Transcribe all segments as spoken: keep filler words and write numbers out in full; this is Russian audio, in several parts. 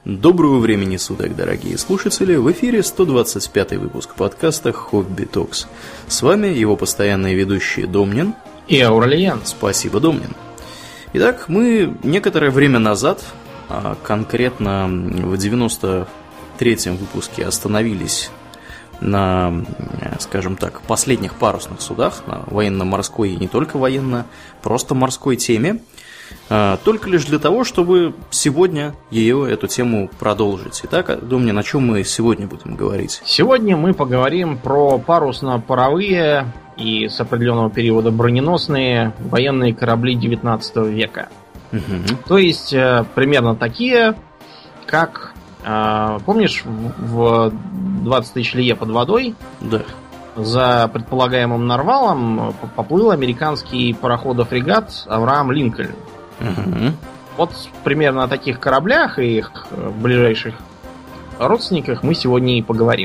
Доброго времени суток, дорогие слушатели! В эфире сто двадцать пятый выпуск подкаста «Хобби Токс». С вами его постоянные ведущие Домнин и Аурельян. Спасибо, Домнин. Итак, мы некоторое время назад, а конкретно в девяносто третьем выпуске, остановились на, скажем так, последних парусных судах, на военно-морской и не только военно, просто морской теме. Только лишь для того, чтобы сегодня ее, эту тему продолжить. Итак, Домнин, о чем мы сегодня будем говорить? Сегодня мы поговорим про парусно-паровые и с определенного периода броненосные военные корабли девятнадцатого века. Угу. То есть, примерно такие, как, помнишь, в двадцать тысяч лье под водой? Да. За предполагаемым нарвалом поплыл американский пароходов-фрегат Авраам Линкольн. Угу. Вот примерно о таких кораблях и их ближайших родственниках мы сегодня и поговорим.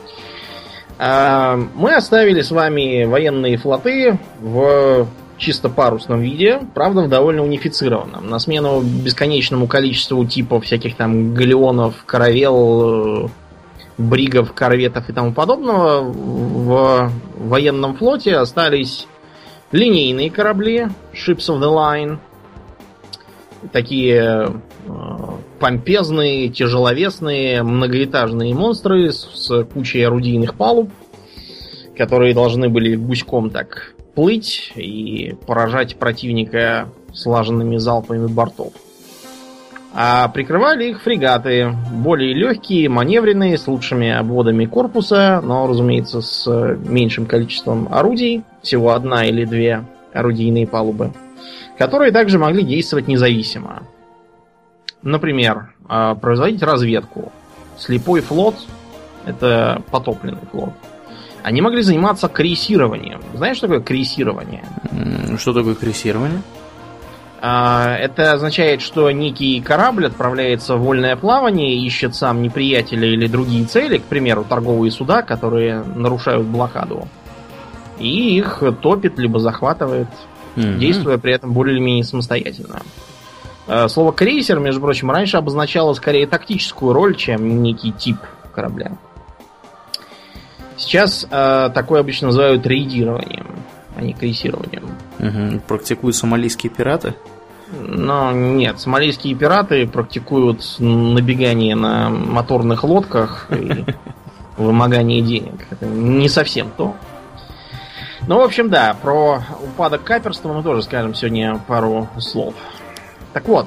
Мы оставили с вами военные флоты в чисто парусном виде, правда в довольно унифицированном. На смену бесконечному количеству типов всяких там галеонов, каравелл, бригов, корветов и тому подобного, в военном флоте остались линейные корабли, ships of the line, такие э, помпезные, тяжеловесные, многоэтажные монстры с, с кучей орудийных палуб, которые должны были гуськом так плыть и поражать противника слаженными залпами бортов. А прикрывали их фрегаты, более легкие, маневренные, с лучшими обводами корпуса, но, разумеется, с меньшим количеством орудий, всего одна или две орудийные палубы, которые также могли действовать независимо. Например, производить разведку. Слепой флот — это потопленный флот. Они могли заниматься крейсированием. Знаешь, что такое крейсирование? Что такое крейсирование? Это означает, что некий корабль отправляется в вольное плавание, ищет сам неприятеля или другие цели, к примеру, торговые суда, которые нарушают блокаду, и их топит, либо захватывает, mm-hmm. действуя при этом более или менее самостоятельно. Слово крейсер, между прочим, раньше обозначало скорее тактическую роль, чем некий тип корабля. Сейчас такое обычно называют рейдированием, а не крейсированием. Угу. Практикуют сомалийские пираты? Но нет, сомалийские пираты практикуют набегание на моторных лодках и вымогание денег. Это не совсем то. Ну, в общем, да, про упадок каперства мы тоже скажем сегодня пару слов. Так вот,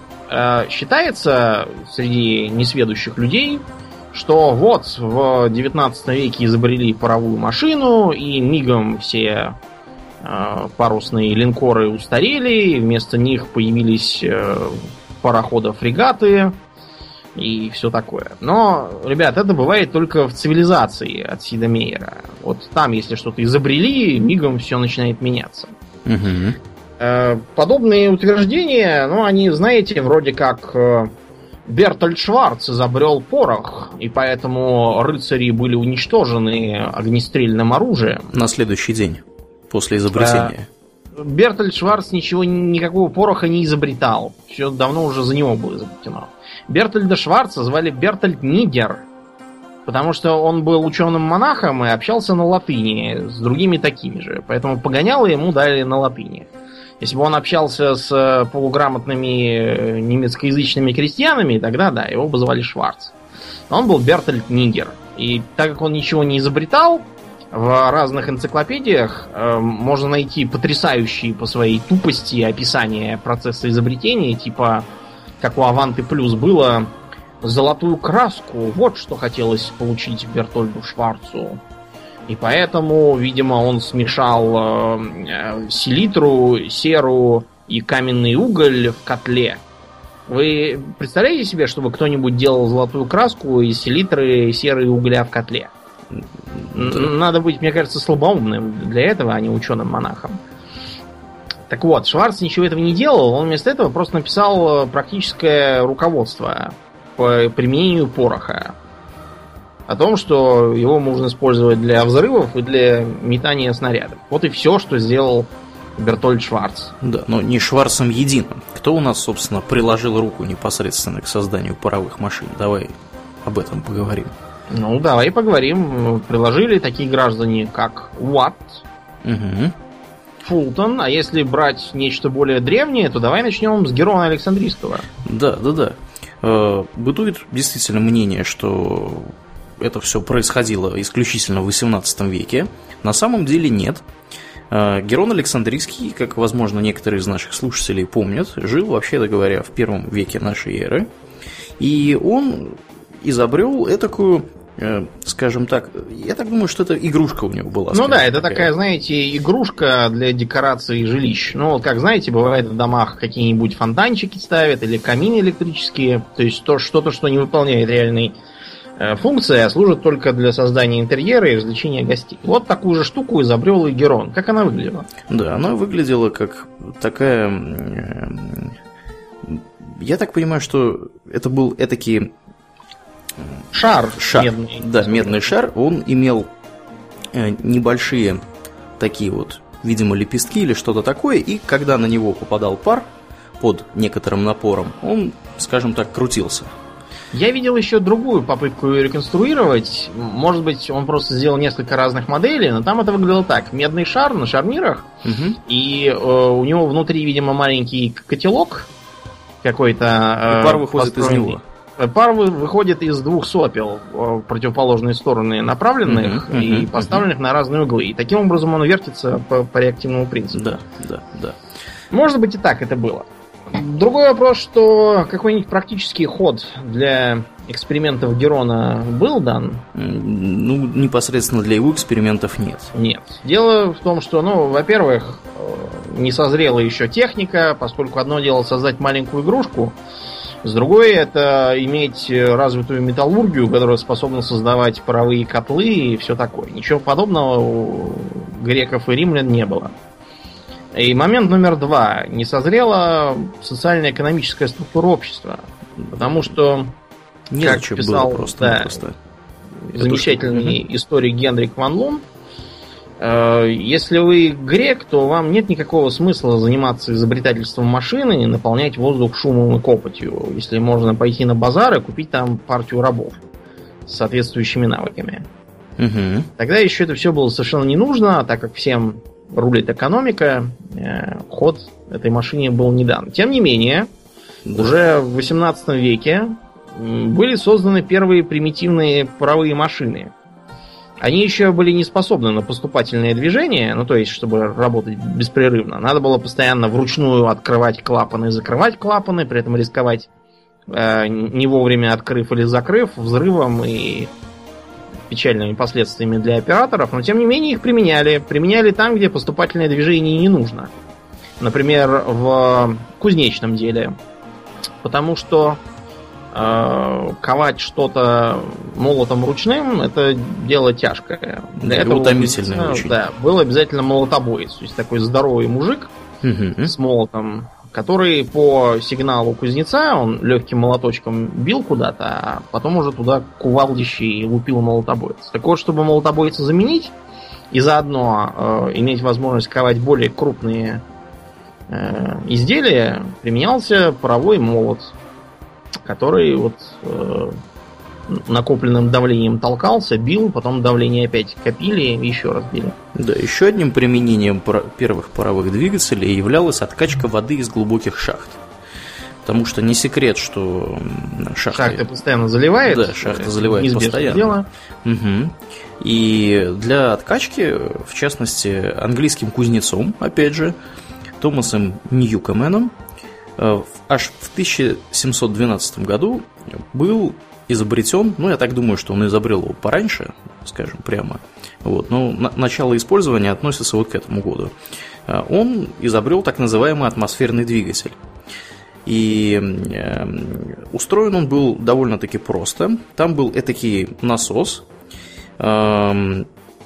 считается среди несведущих людей, что вот в девятнадцатом веке изобрели паровую машину, и мигом все парусные линкоры устарели, вместо них появились пароходы-фрегаты и все такое. Но, ребят, это бывает только в цивилизации от Сида Мейера. Вот там, если что-то изобрели, мигом все начинает меняться. Угу. Подобные утверждения, ну, они, знаете, вроде как Бертольд Шварц изобрел порох, и поэтому рыцари были уничтожены огнестрельным оружием. На следующий день после изобретения. Бертольд Шварц ничего, никакого пороха не изобретал. Все давно уже за него было изобретено. Бертольда Шварца звали Бертольд Нигер, потому что он был ученым-монахом и общался на латыни с другими такими же. Поэтому погоняло ему дали на латыни. Если бы он общался с полуграмотными немецкоязычными крестьянами, тогда да, его бы звали Шварц. Но он был Бертольд Нигер. И так как он ничего не изобретал, в разных энциклопедиях э, можно найти потрясающие по своей тупости описания процесса изобретения, типа, как у Аванты Плюс было, золотую краску, вот что хотелось получить Бертольду Шварцу. И поэтому, видимо, он смешал э, селитру, серу и каменный уголь в котле. Вы представляете себе, чтобы кто-нибудь делал золотую краску из селитры, серы и угля в котле? Надо быть, мне кажется, слабоумным для этого, а не ученым-монахом. Так вот, Шварц ничего этого не делал, он вместо этого просто написал практическое руководство по применению пороха. О том, что его можно использовать для взрывов и для метания снарядов. Вот и все, что сделал Бертольд Шварц. Да, но не Шварцем единым. Кто у нас, собственно, приложил руку непосредственно к созданию паровых машин? Давай об этом поговорим. Ну, давай поговорим. Приложили такие граждане, как Уатт, угу. Фултон. А если брать нечто более древнее, то давай начнем с Герона Александрийского. Да, да, да. Бытует действительно мнение, что это все происходило исключительно в восемнадцатом веке. На самом деле нет. Герон Александрийский, как, возможно, некоторые из наших слушателей помнят, жил, вообще-то говоря, в первом веке нашей эры. И он изобрел этакую, скажем так, я так думаю, что это игрушка у него была. Ну да, это такая. такая, знаете, игрушка для декорации жилищ. Ну, вот как, знаете, бывает в домах какие-нибудь фонтанчики ставят или камины электрические. То есть то, что-то, что не выполняет реальной функции, а служит только для создания интерьера и развлечения гостей. Вот такую же штуку изобрел и Герон. Как она выглядела? Да, она выглядела как такая... Я так понимаю, что это был этакий... Шар, шар. Медный. Да, медный шар. Он имел небольшие такие вот, видимо, лепестки или что-то такое, и когда на него попадал пар под некоторым напором, он, скажем так, крутился. Я видел еще другую попытку ее реконструировать. Может быть, он просто сделал несколько разных моделей, но там это выглядело так. Медный шар на шарнирах, угу. и э, у него внутри, видимо, маленький котелок какой-то. Э, пар выходит из него. Пар выходит из двух сопел в противоположные стороны направленных uh-huh, uh-huh, и поставленных uh-huh. на разные углы. И таким образом он вертится по, по реактивному принципу. Да, да, да. Может быть, и так это было. Другой вопрос, что какой-нибудь практический ход для экспериментов Герона был дан? Ну, непосредственно для его экспериментов нет. Нет. Дело в том, что, ну, во-первых, не созрела еще техника, поскольку одно дело создать маленькую игрушку, с другой это иметь развитую металлургию, которая способна создавать паровые котлы и все такое. Ничего подобного у греков и римлян не было. И момент номер два. Не созрела социально-экономическая структура общества. Потому что, не как писал просто, да, просто. замечательный угу. историк Генрик ван Лун, э, если вы грек, то вам нет никакого смысла заниматься изобретательством машины и наполнять воздух шумом и копотью. Если можно пойти на базар и купить там партию рабов с соответствующими навыками. Угу. Тогда еще это все было совершенно не нужно, так как всем рулит экономика, ход этой машине был не дан. Тем не менее, да. уже в восемнадцатом веке были созданы первые примитивные паровые машины. Они еще были не способны на поступательное движение, ну то есть, чтобы работать беспрерывно. Надо было постоянно вручную открывать клапаны и закрывать клапаны, при этом рисковать, э, не вовремя открыв или закрыв, взрывом и печальными последствиями для операторов, но тем не менее их применяли. Применяли там, где поступательное движение не нужно. Например, в кузнечном деле. Потому что э, ковать что-то молотом ручным — это дело тяжкое. Для да, этого утомительное очень. Да, был обязательно молотобоец. То есть такой здоровый мужик угу. с молотом, который по сигналу кузнеца, он легким молоточком бил куда-то, а потом уже туда кувалдищей лупил молотобоец. Так вот, чтобы молотобойца заменить и заодно э, иметь возможность ковать более крупные э, изделия, применялся паровой молот, который вот э, накопленным давлением толкался, бил, потом давление опять копили и еще раз били. Да, еще одним применением первых паровых двигателей являлась откачка воды из глубоких шахт. Потому что не секрет, что шахты... Шахты постоянно заливает. Да, шахта заливает постоянно. Дело. Угу. И для откачки, в частности, английским кузнецом, опять же, Томасом Ньюкоменом, аж в тысяча семьсот двенадцатом году был изобретен, ну, я так думаю, что он изобрел его пораньше, скажем прямо, вот, но на- начало использования относится вот к этому году. Он изобрел так называемый атмосферный двигатель. И э, устроен он был довольно-таки просто. Там был этакий насос, э,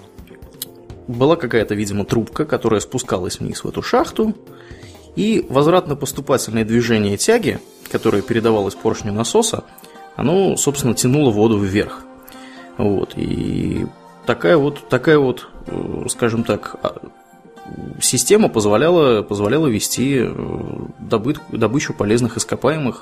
была какая-то, видимо, трубка, которая спускалась вниз в эту шахту, и возвратно-поступательное движение тяги, которое передавалось поршню насоса, оно, собственно, тянуло воду вверх. Вот. И такая вот, такая вот, скажем так, система позволяла, позволяла вести добыт, добычу полезных ископаемых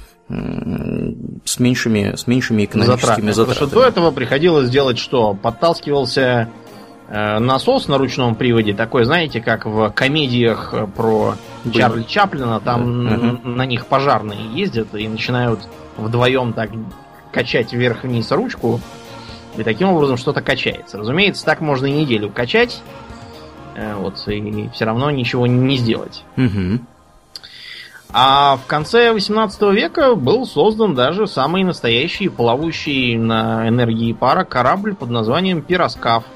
с меньшими, с меньшими экономическими затратами. затратами. Потому что до этого приходилось делать что? Подталкивался насос на ручном приводе, такой, знаете, как в комедиях про Блин. Чарли Чаплина, там да. на, на них пожарные ездят и начинают вдвоем так качать вверх-вниз ручку, и таким образом что-то качается. Разумеется, так можно и неделю качать, вот, и все равно ничего не сделать. Угу. А в конце восемнадцатого века был создан даже самый настоящий плавающий на энергии пара корабль под названием «Пироскаф».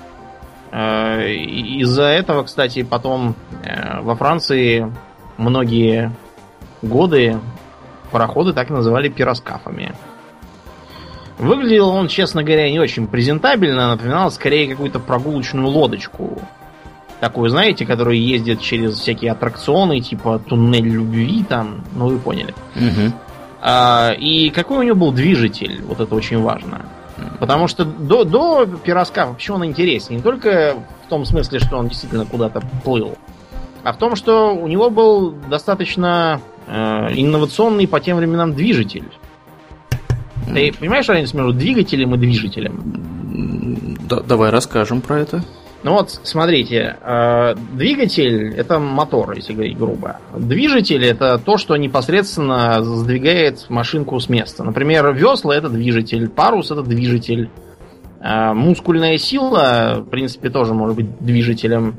Из-за этого, кстати, потом во Франции многие годы пароходы так и называли пироскафами. Выглядел он, честно говоря, не очень презентабельно, напоминал скорее какую-то прогулочную лодочку. Такую, знаете, которая ездит через всякие аттракционы, типа туннель любви, там, ну вы поняли. Угу. А, и какой у него был движитель, вот это очень важно. Потому что до, до пироскафа, почему он интереснее? Не только в том смысле, что он действительно куда-то плыл, а в том, что у него был достаточно э, инновационный по тем временам движитель. Ты понимаешь разницу между двигателем и движителем? Да, давай расскажем про это. Ну вот, смотрите, э, двигатель — это мотор, если говорить грубо. Движитель — это то, что непосредственно сдвигает машинку с места. Например, весла — это движитель, парус — это движитель. Э, мускульная сила, в принципе, тоже может быть движителем.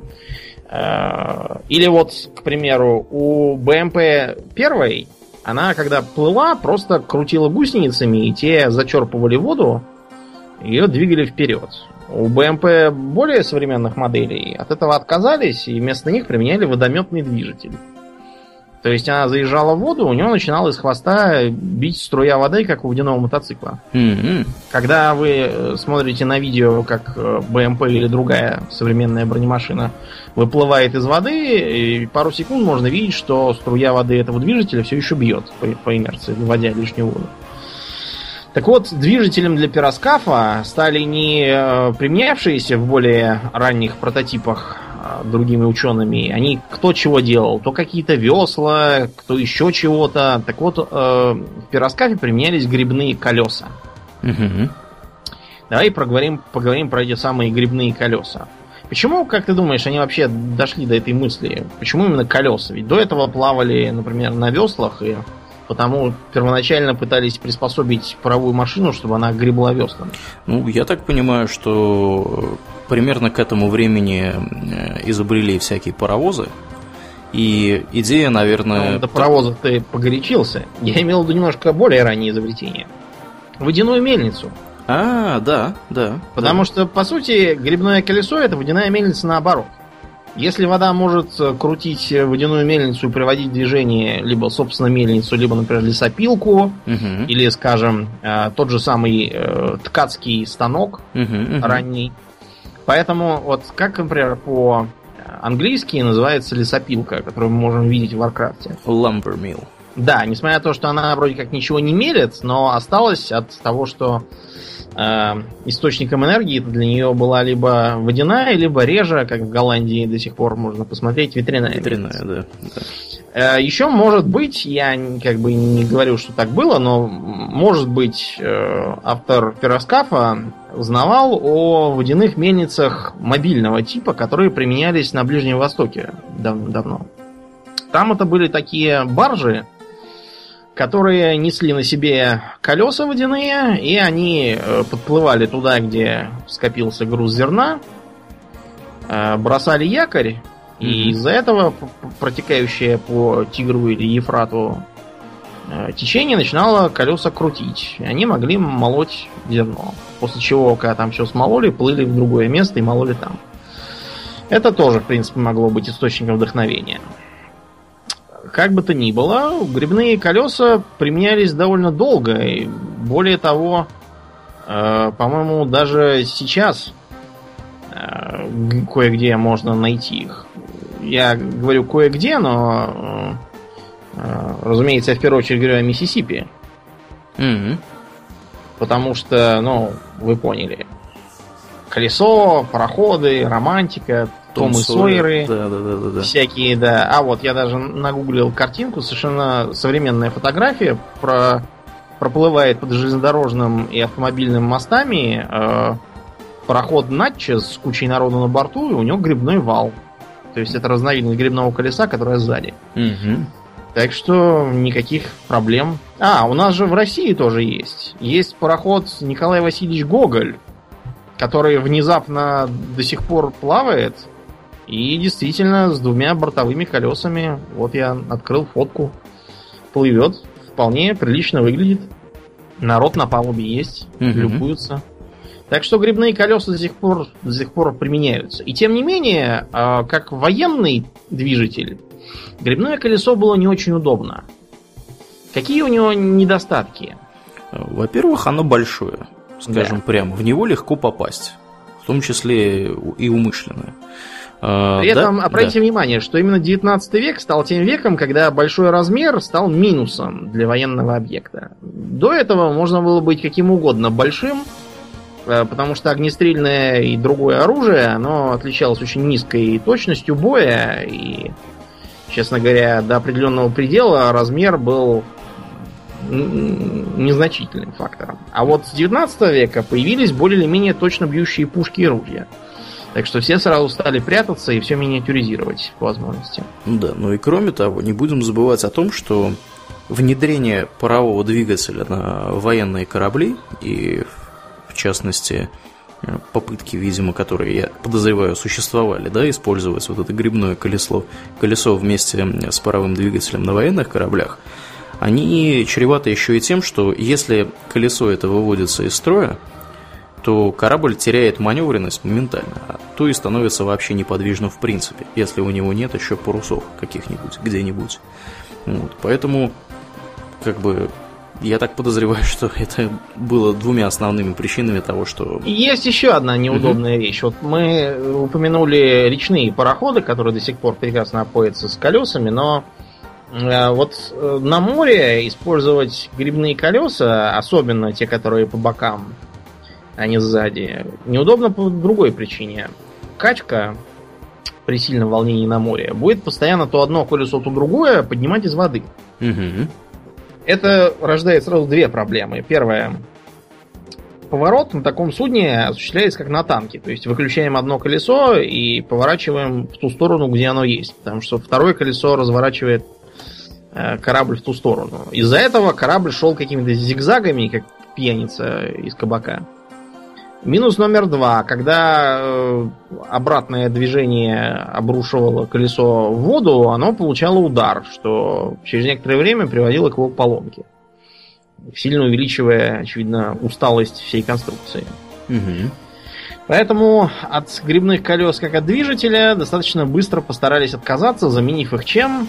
Э, или вот, к примеру, у бэ эм пэ первой, она, когда плыла, просто крутила гусеницами, и те зачерпывали воду, ее двигали вперед. У бэ эм пэ более современных моделей от этого отказались и вместо них применяли водометный движитель. То есть она заезжала в воду, у нее начинала из хвоста бить струя воды, как у водяного мотоцикла. Mm-hmm. Когда вы смотрите на видео, как бэ эм пэ или другая современная бронемашина выплывает из воды, и пару секунд можно видеть, что струя воды этого движителя все еще бьет по, по инерции, выводя лишнюю воду. Так вот, движителем для пироскафа стали не применявшиеся в более ранних прототипах другими учеными. Они кто чего делал. То какие-то весла, кто еще чего-то. Так вот, в пироскафе применялись грибные колеса. Угу. Давай поговорим, поговорим про эти самые грибные колеса. Почему, как ты думаешь, они вообще дошли до этой мысли? Почему именно колеса? Ведь до этого плавали, например, на веслах, и потому первоначально пытались приспособить паровую машину, чтобы она гребла веслами. Ну, я так понимаю, что примерно к этому времени изобрели всякие паровозы. И идея, наверное... Ну, до паровоза ты погорячился. Я имел в виду немножко более раннее изобретение. Водяную мельницу. А, да, да. Потому да. что, по сути, грибное колесо — это водяная мельница наоборот. Если вода может крутить водяную мельницу и приводить в движение либо, собственно, мельницу, либо, например, лесопилку, uh-huh. или, скажем, тот же самый э, ткацкий станок uh-huh, uh-huh. ранний. Поэтому, вот как, например, по-английски называется лесопилка, которую мы можем видеть в Варкрафте? Lumber mill. Да, несмотря на то, что она вроде как ничего не мелет, но осталось от того, что э, источником энергии для нее была либо водяная, либо режа, как в Голландии до сих пор можно посмотреть, ветряная. Ветряная, да. да. Э, еще может быть, я как бы не говорю, что так было, но может быть э, автор пироскафа знавал о водяных мельницах мобильного типа, которые применялись на Ближнем Востоке дав- давно. Там это были такие баржи, которые несли на себе колеса водяные, и они подплывали туда, где скопился груз зерна, бросали якорь, mm-hmm. и из-за этого протекающее по Тигру или Ефрату течение начинало колеса крутить. И они могли молоть зерно. После чего, когда там все смололи, плыли в другое место и мололи там. Это тоже, в принципе, могло быть источником вдохновения. Как бы то ни было, грибные колеса применялись довольно долго. И более того, э, по-моему, даже сейчас э, кое-где можно найти их. Я говорю кое-где, но, э, разумеется, я в первую очередь говорю о Миссисипи. Mm-hmm. Потому что, ну, вы поняли. Колесо, пароходы, романтика. Том, Том и Сойеры, да, да, да, да, да. всякие, да. А вот я даже нагуглил картинку, совершенно современная фотография, про, проплывает под железнодорожным и автомобильным мостами э, пароход Натчес с кучей народу на борту, и у него грибной вал. То есть это разновидность грибного колеса, которое сзади. Угу. Так что никаких проблем. А, у нас же в России тоже есть. Есть пароход Николай Васильевич Гоголь, который внезапно до сих пор плавает. И действительно с двумя бортовыми колесами. Вот я открыл фотку. Плывет. Вполне прилично выглядит. Народ на палубе есть. Угу. Любуются. Так что грибные колеса до сих пор, до сих пор применяются. И тем не менее, как военный движитель, грибное колесо было не очень удобно. Какие у него недостатки? Во-первых, оно большое, скажем да. прямо. В него легко попасть. В том числе и умышленно. При этом да? обратите да. внимание, что именно девятнадцатый век стал тем веком, когда большой размер стал минусом для военного объекта. До этого можно было быть каким угодно большим, потому что огнестрельное и другое оружие, оно отличалось очень низкой точностью боя, и, честно говоря, до определенного предела размер был незначительным фактором. А вот с девятнадцатого века появились более или менее точно бьющие пушки и ружья. Так что все сразу стали прятаться и все миниатюризировать по возможности. Да, ну и кроме того, не будем забывать о том, что внедрение парового двигателя на военные корабли и в частности, попытки, видимо, которые, я подозреваю, существовали, да, использовать вот это грибное колесо, колесо вместе с паровым двигателем на военных кораблях, они чреваты еще и тем, что если колесо это выводится из строя, то корабль теряет маневренность моментально, а то и становится вообще неподвижным в принципе, если у него нет еще парусов каких-нибудь, где-нибудь. Вот, поэтому, как бы... Я так подозреваю, что это было двумя основными причинами того, что... Есть еще одна неудобная uh-huh. вещь. Вот мы упомянули речные пароходы, которые до сих пор прекрасно обходятся с колесами, но э, вот на море использовать грибные колеса, особенно те, которые по бокам, а не сзади, неудобно по другой причине. Качка при сильном волнении на море будет постоянно то одно колесо, то другое поднимать из воды. Uh-huh. Это рождает сразу две проблемы. Первая. Поворот на таком судне осуществляется как на танке. То есть выключаем одно колесо и поворачиваем в ту сторону, где оно есть. Потому что второе колесо разворачивает э, корабль в ту сторону. Из-за этого корабль шел какими-то зигзагами, как пьяница из кабака. Минус номер два. Когда э, обратное движение обрушивало колесо в воду, оно получало удар, что через некоторое время приводило к его поломке. Сильно увеличивая, очевидно, усталость всей конструкции. Угу. Поэтому от грибных колес как от движителя достаточно быстро постарались отказаться, заменив их чем?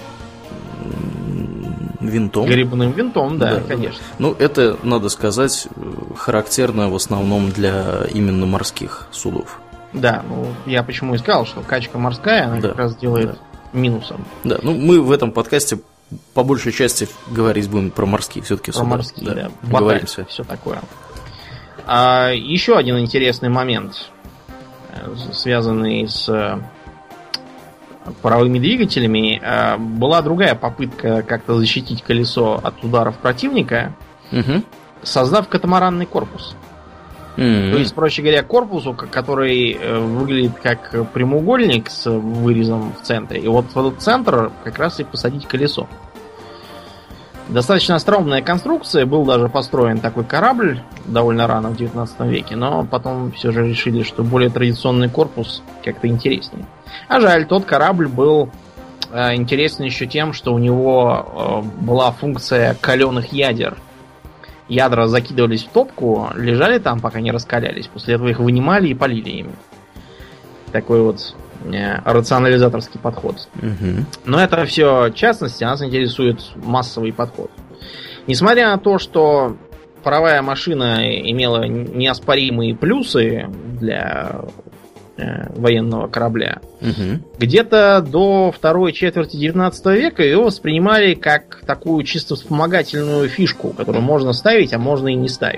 Винтом. Грибным винтом, да, да, конечно. Ну, это, надо сказать, характерно в основном для именно морских судов. Да, ну, я почему и сказал, что качка морская, она да, как раз делает да. минусом. Да, ну, мы в этом подкасте по большей части говорить будем про морские все-таки про суда. Про морские, да. да. Договоримся. Все такое. А, еще один интересный момент, связанный с паровыми двигателями, была другая попытка как-то защитить колесо от ударов противника, угу. создав катамаранный корпус. Mm-hmm. То есть, проще говоря, корпусу, который выглядит как прямоугольник с вырезом в центре. И вот в этот центр как раз и посадить колесо. Достаточно остроумная конструкция. Был даже построен такой корабль довольно рано в девятнадцатом веке, но потом все же решили, что более традиционный корпус как-то интереснее. А жаль, тот корабль был э, интересен еще тем, что у него э, была функция каленых ядер. Ядра закидывались в топку, лежали там, пока не раскалялись. После этого их вынимали и полили ими. Такой вот э, рационализаторский подход. Угу. Но это все частности, нас интересует массовый подход. Несмотря на то, что паровая машина имела неоспоримые плюсы для э, военного корабля, угу. где-то до второй четверти девятнадцатого века ее воспринимали как такую чисто вспомогательную фишку, которую можно ставить, а можно и не ставить.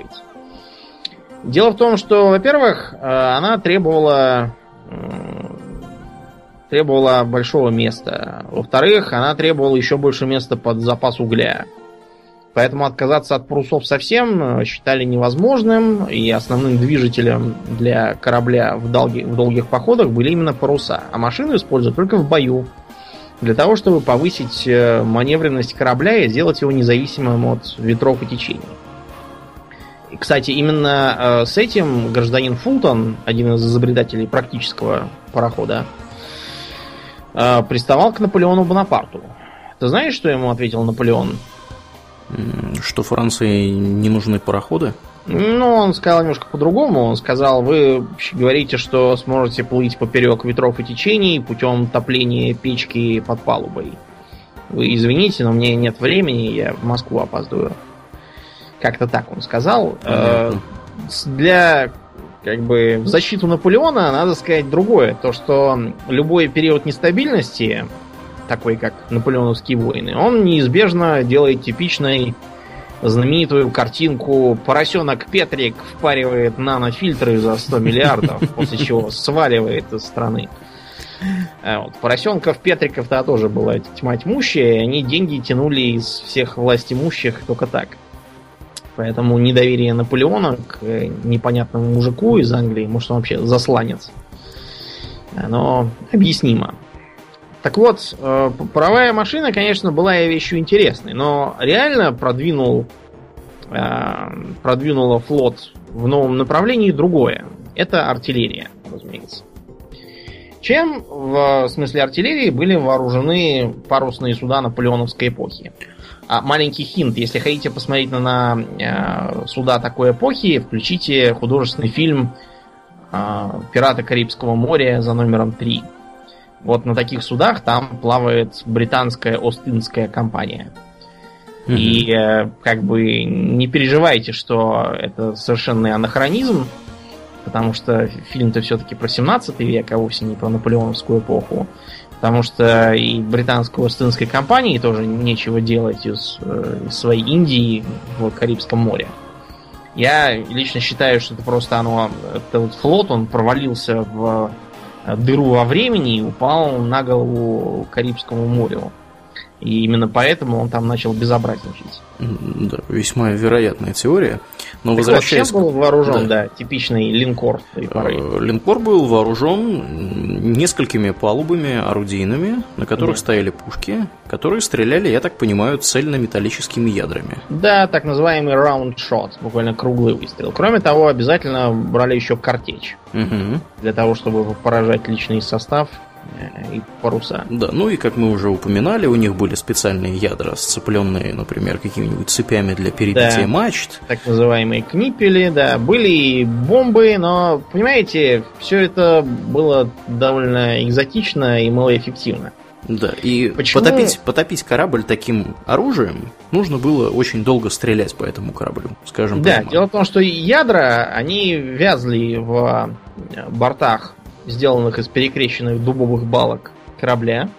Дело в том, что, во-первых, она требовала требовала большого места. Во-вторых, она требовала еще больше места под запас угля. Поэтому отказаться от парусов совсем считали невозможным, и основным движителем для корабля в, долги, в долгих походах были именно паруса, а машину используют только в бою, для того, чтобы повысить маневренность корабля и сделать его независимым от ветров и течений. И, кстати, именно с этим гражданин Фултон, один из изобретателей практического парохода, приставал к Наполеону Бонапарту. Ты знаешь, что ему ответил Наполеон? Что Франции не нужны пароходы? Ну, он сказал немножко по-другому. Он сказал: вы говорите, что сможете плыть поперек ветров и течений путем топления печки под палубой. Вы извините, но мне нет времени, я в Москву опаздываю. Как-то так он сказал. Понятно. Для, как бы, в защиту Наполеона надо сказать другое. То, что любой период нестабильности, такой как наполеоновские войны, он неизбежно делает типичной знаменитую картинку: поросенок Петрик впаривает нанофильтры за сто миллиардов, после чего сваливает из страны. Вот. Поросенков Петриков-то тоже была тьма тьмущая, и они деньги тянули из всех властимущих только так. Поэтому недоверие Наполеона к непонятному мужику из Англии, может, он вообще засланец, оно объяснимо. Так вот, паровая машина, конечно, была вещью интересной, но реально продвинул, продвинула флот в новом направлении другое. Это артиллерия, разумеется. Чем в смысле артиллерии были вооружены парусные суда наполеоновской эпохи? А маленький хинт: если хотите посмотреть на, на суда такой эпохи, включите художественный фильм «Пираты Карибского моря» за номером три. Вот на таких судах там плавает британская Ост-Индская компания. Mm-hmm. И э, как бы не переживайте, что это совершенный анахронизм, потому что фильм-то все-таки про семнадцатый век, а вовсе не про наполеоновскую эпоху. Потому что и британской Ост-Индской компании тоже нечего делать из, из своей Индии в Карибском море. Я лично считаю, что это просто оно, этот флот, он провалился в дыру во времени и упал на голову Карибскому морю. И именно поэтому он там начал безобразничать. Да, весьма вероятная теория. Но так возвращаясь... Вот, чем был вооружен, да. да, типичный линкор той поры? Линкор был вооружен несколькими палубами орудийными, на которых да. стояли пушки, которые стреляли, я так понимаю, цельнометаллическими ядрами. Да, так называемый round shot, буквально круглый выстрел. Кроме того, обязательно брали еще картечь. Угу. Для того, чтобы поражать личный состав и паруса. Да, ну и как мы уже упоминали, у них были специальные ядра, сцепленные, например, какими-нибудь цепями для перебития да, мачт. Так называемые книпели, да. Были и бомбы, но, понимаете, все это было довольно экзотично и малоэффективно. Да, и потопить, потопить корабль таким оружием нужно было очень долго стрелять по этому кораблю, скажем так. Да, прямо. Дело в том, что ядра, они вязли в бортах, сделанных из перекрещенных дубовых балок корабля.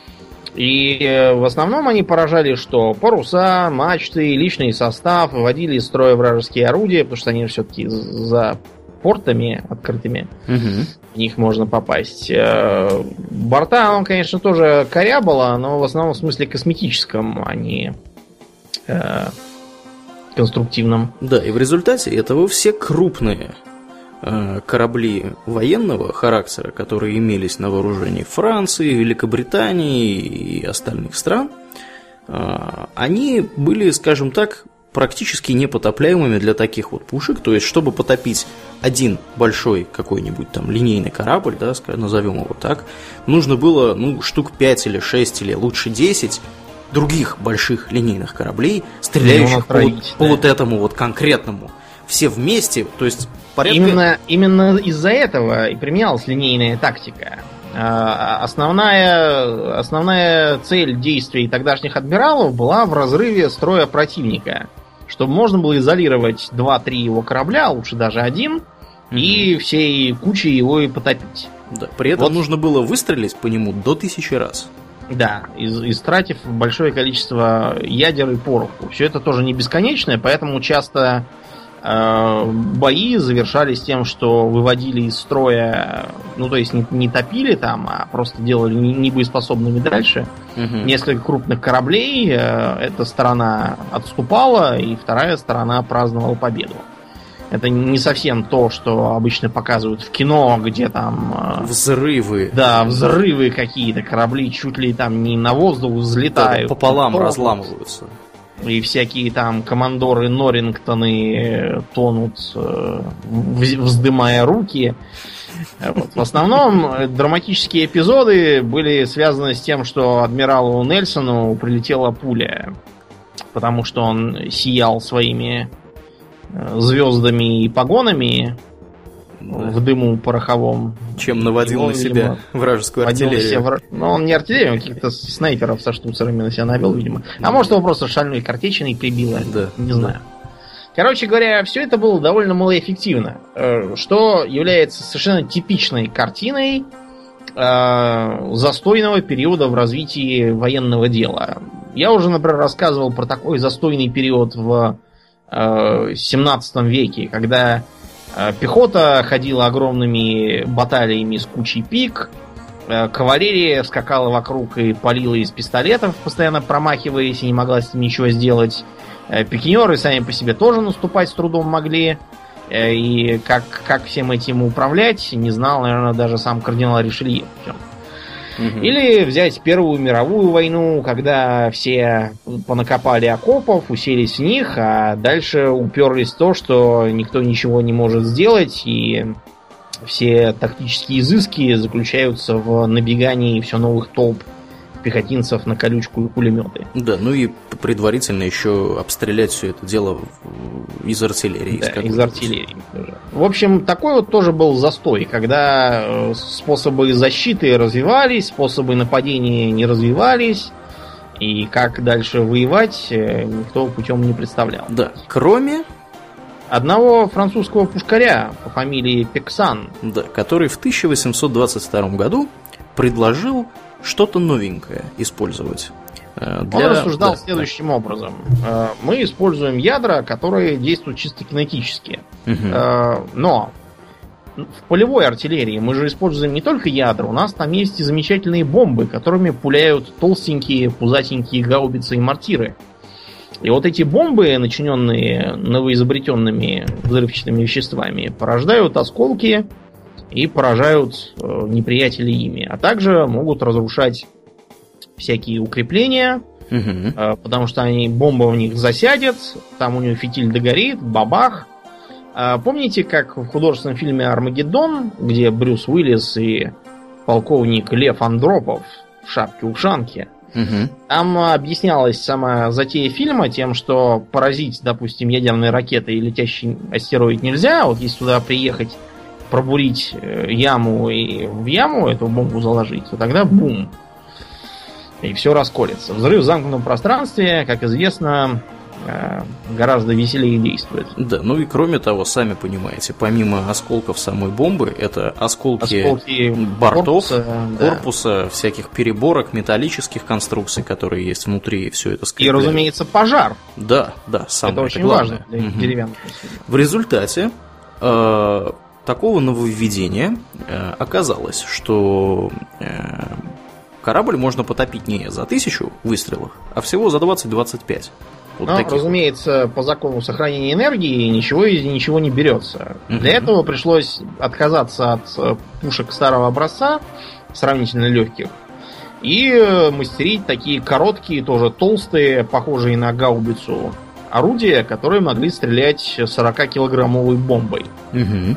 И в основном они поражали что? Паруса, мачты, личный состав, выводили из строя вражеские орудия, потому что они все-таки за портами открытыми. Угу. В них можно попасть. Борта, он, конечно, тоже корябало, но в основном в смысле косметическом, а не э, конструктивном. Да, и в результате этого все крупные корабли военного характера, которые имелись на вооружении Франции, Великобритании и остальных стран, они были, скажем так, практически непотопляемыми для таких вот пушек. То есть, чтобы потопить один большой какой-нибудь там линейный корабль, да, назовем его так, нужно было, ну, штук пять или шесть, или лучше десять других больших линейных кораблей, стреляющих по, да. по вот этому вот конкретному. Все вместе, то есть порядка... Именно, именно из-за этого и применялась линейная тактика. Основная, основная цель действий тогдашних адмиралов была в разрыве строя противника, чтобы можно было изолировать два-три его корабля, лучше даже один, mm-hmm. и всей кучей его и потопить. Да, при этом вот. Нужно было выстрелить по нему до тысячи раз. Да, истратив большое количество ядер и пороху. Все это тоже не бесконечное, поэтому часто бои завершались тем, что выводили из строя, ну то есть не, не топили там, а просто делали небоеспособными дальше. Угу. Несколько крупных кораблей, эта сторона отступала, и вторая сторона праздновала победу. Это не совсем то, что обычно показывают в кино, где там... Взрывы. Да, взрывы какие-то, корабли чуть ли там не на воздух взлетают. Да, пополам тонут, разламываются. И всякие там командоры Норрингтоны тонут, вздымая руки. Вот. В основном драматические эпизоды были связаны с тем, что адмиралу Нельсону прилетела пуля, потому что он сиял своими звездами и погонами, да, в дыму пороховом. Чем наводил его, на себя видимо, вражескую артиллерию. Вра... Но он не артиллерию, он каких-то снайперов со штуцерами на себя навел, видимо. А может, его просто шальной картечиной прибило. Да. Не знаю. Короче говоря, все это было довольно малоэффективно, что является совершенно типичной картиной э, застойного периода в развитии военного дела. Я уже, например, рассказывал про такой застойный период в семнадцатом веке, когда пехота ходила огромными баталиями с кучей пик, кавалерия скакала вокруг и палила из пистолетов, постоянно промахиваясь, и не могла с ним ничего сделать. Пикинеры сами по себе тоже наступать с трудом могли. И как, как всем этим управлять, не знал, наверное, даже сам кардинал Ришелье. Угу. Или взять Первую мировую войну, когда все понакопали окопов, уселись в них, а дальше уперлись в то, что никто ничего не может сделать, и все тактические изыски заключаются в набегании все новых толп пехотинцев на колючку и пулеметы. Да, ну и предварительно еще обстрелять все это дело из артиллерии. Да, из артиллерии. В общем, такой вот тоже был застой, когда способы защиты развивались, способы нападения не развивались, и как дальше воевать никто путем не представлял. Да, кроме... одного французского пушкаря по фамилии Пексан. Да, который в тысяча восемьсот двадцать втором году предложил что-то новенькое использовать. Для... Он рассуждал да, следующим да. образом. Мы используем ядра, которые действуют чисто кинетически. Угу. Но в полевой артиллерии мы же используем не только ядра, у нас там есть и замечательные бомбы, которыми пуляют толстенькие, пузатенькие гаубицы и мортиры. И вот эти бомбы, начиненные новоизобретенными взрывчатыми веществами, порождают осколки и поражают э, неприятелей ими. А также могут разрушать всякие укрепления, угу. э, потому что они, бомба в них засядет, там у нее фитиль догорит, бабах. Э, помните, как в художественном фильме «Армагеддон», где Брюс Уиллис и полковник Лев Андропов в шапке-ушанке, угу. там объяснялась сама затея фильма тем, что поразить, допустим, ядерной ракетой летящий астероид нельзя, вот если туда приехать, пробурить яму и в яму эту бомбу заложить, то тогда бум. И все расколется. Взрыв в замкнутом пространстве, как известно, гораздо веселее действует. Да, ну и кроме того, сами понимаете, помимо осколков самой бомбы, это осколки, осколки бортов, корпуса, корпуса да. всяких переборок, металлических конструкций, которые есть внутри, и все это скрепляет. И, разумеется, пожар. Да, да, самое это очень главное. важно для угу. деревянных. В результате э, такого нововведения э, оказалось, что э, корабль можно потопить не за тысячу выстрелов, а всего за двадцать-двадцать пять. Вот Но, разумеется, вот. По закону сохранения энергии ничего из ничего не берется. Uh-huh. Для этого пришлось отказаться от пушек старого образца, сравнительно легких, и мастерить такие короткие, тоже толстые, похожие на гаубицу орудия, которые могли стрелять сорокакилограммовой бомбой. Uh-huh.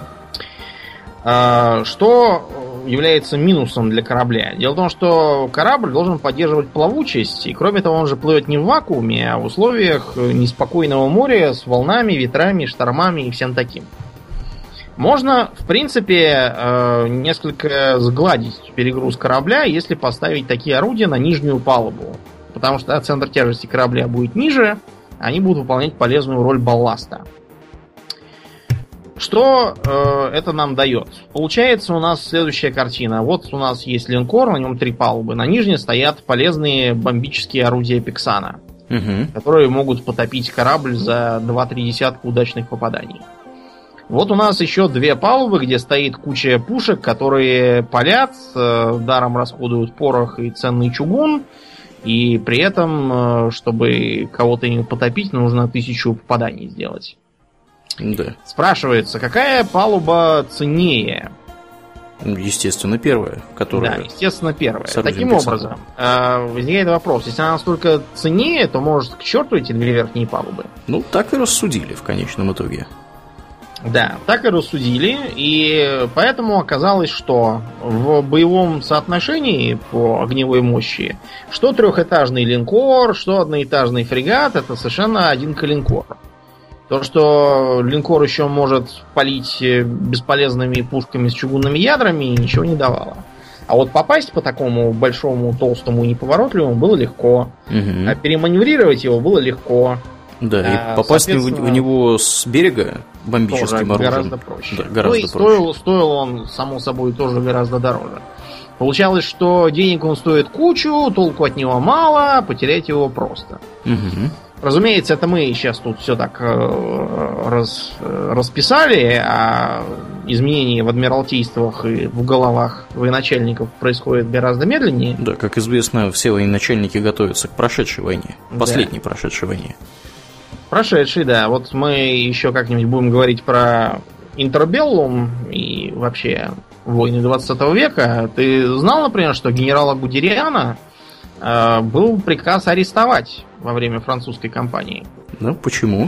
Что является минусом для корабля. Дело в том, что корабль должен поддерживать плавучесть, и кроме того, он же плывет не в вакууме, а в условиях неспокойного моря с волнами, ветрами, штормами и всем таким. Можно, в принципе, несколько сгладить перегруз корабля, если поставить такие орудия на нижнюю палубу. Потому что центр тяжести корабля будет ниже, они будут выполнять полезную роль балласта. Что э, это нам дает? Получается у нас следующая картина. Вот у нас есть линкор, на нем три палубы. На нижней стоят полезные бомбические орудия Пексана. угу. которые могут потопить корабль за два-три десятка удачных попаданий. Вот у нас еще две палубы, где стоит куча пушек, которые палят, э, даром расходуют порох и ценный чугун, и при этом, э, чтобы кого-то не потопить, нужно тысячу попаданий сделать. Да. Спрашивается, какая палуба ценнее? Естественно, первая, которая... Да, естественно, первая. Таким образом, э, возникает вопрос, если она настолько ценнее, то, может, к черту эти две верхние палубы? Ну, так и рассудили в конечном итоге. Да, так и рассудили, и поэтому оказалось, что в боевом соотношении по огневой мощи, что трехэтажный линкор, что одноэтажный фрегат, это совершенно один калинкор. То, что линкор еще может палить бесполезными пушками с чугунными ядрами, ничего не давало. А вот попасть по такому большому, толстому и неповоротливому было легко. Угу. А переманеврировать его было легко. Да, а, и попасть в него с берега бомбическим оружием гораздо проще. Да, гораздо ну и проще. Стоил, стоил он, само собой, тоже гораздо дороже. Получалось, что денег он стоит кучу, толку от него мало, потерять его просто. Угу. Разумеется, это мы сейчас тут все так э, раз, э, расписали, а изменения в адмиралтействах и в головах военачальников происходят гораздо медленнее. Да, как известно, все военачальники готовятся к прошедшей войне, последней да. прошедшей войне. Прошедший, да. Вот мы еще как-нибудь будем говорить про интербеллум и вообще войны двадцатого века. Ты знал, например, что генерала Гудериана э, был приказ арестовать во время французской кампании? Ну, почему?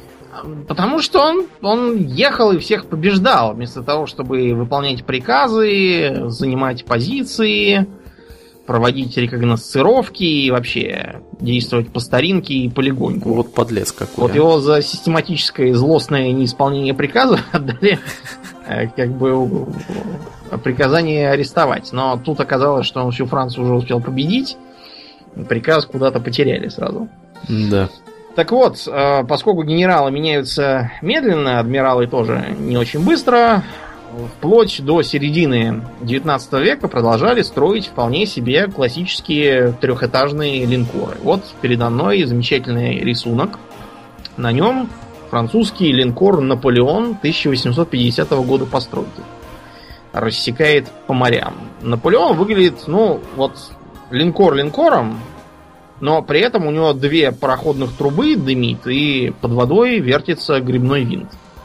Потому что он, он ехал и всех побеждал, вместо того, чтобы выполнять приказы, занимать позиции, проводить рекогносцировки и вообще действовать по старинке и полегоньку. Вот подлец какой. Вот а? Его за систематическое злостное неисполнение приказа отдали как бы приказание арестовать. Но тут оказалось, что он всю Францию уже успел победить. Приказ куда-то потеряли сразу. Да. Так вот, поскольку генералы меняются медленно, адмиралы тоже не очень быстро, вплоть до середины девятнадцатого века продолжали строить вполне себе классические трехэтажные линкоры. Вот передо мной замечательный рисунок. На нем французский линкор «Наполеон» тысяча восемьсот пятидесятого года постройки. Рассекает по морям. «Наполеон» выглядит, ну, вот линкор линкором, но при этом у него две пароходных трубы дымит, и под водой вертится гребной винт.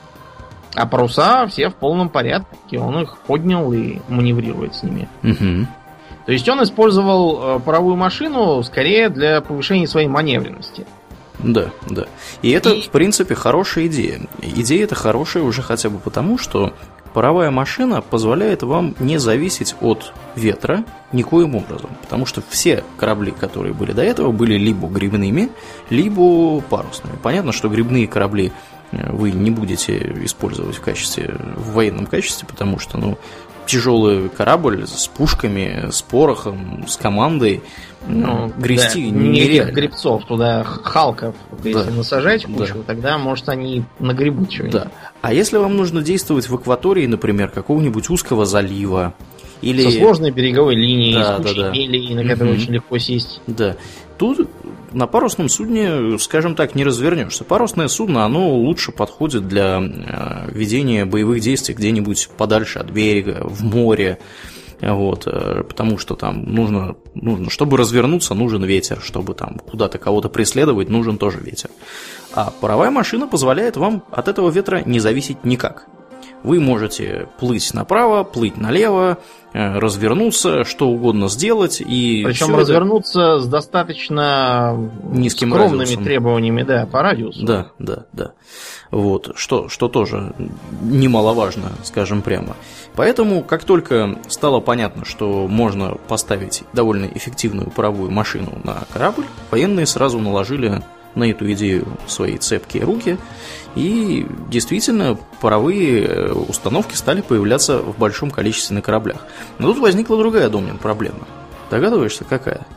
А паруса все в полном порядке, он их поднял и маневрирует с ними. Угу. То есть он использовал паровую машину скорее для повышения своей маневренности. Да, да. И это, и... в принципе, хорошая идея. Идея эта хорошая уже хотя бы потому, что паровая машина позволяет вам не зависеть от ветра никоим образом. Потому что все корабли, которые были до этого, были либо гребными, либо парусными. Понятно, что гребные корабли вы не будете использовать в качестве, в военном качестве, потому что, ну, тяжелый корабль с пушками, с порохом, с командой, ну, грести да, нереально. Гребцов туда, халков, да. Если насажать кучу, да. Тогда, может, они нагребут что-нибудь. Да. А если вам нужно действовать в акватории, например, какого-нибудь узкого залива, или... со сложной береговой линией, да, с кучей да, да. мелей, на которые угу. очень легко сесть. Да. Тут на парусном судне, скажем так, не развернешься. Парусное судно, оно лучше подходит для э, ведения боевых действий где-нибудь подальше от берега, в море. Вот, э, потому что там нужно, нужно, чтобы развернуться, нужен ветер, чтобы там куда-то кого-то преследовать, нужен тоже ветер. А паровая машина позволяет вам от этого ветра не зависеть никак. Вы можете плыть направо, плыть налево, развернуться, что угодно сделать. И причем развернуться это... с достаточно низким скромными радиусом. Требованиями, да, по радиусу. Да, да, да. Вот, что, что тоже немаловажно, скажем прямо. Поэтому, как только стало понятно, что можно поставить довольно эффективную паровую машину на корабль, военные сразу наложили на эту идею свои цепкие руки, и действительно паровые установки стали появляться в большом количестве на кораблях. Но тут возникла другая, Домнин, проблема. Догадываешься, какая?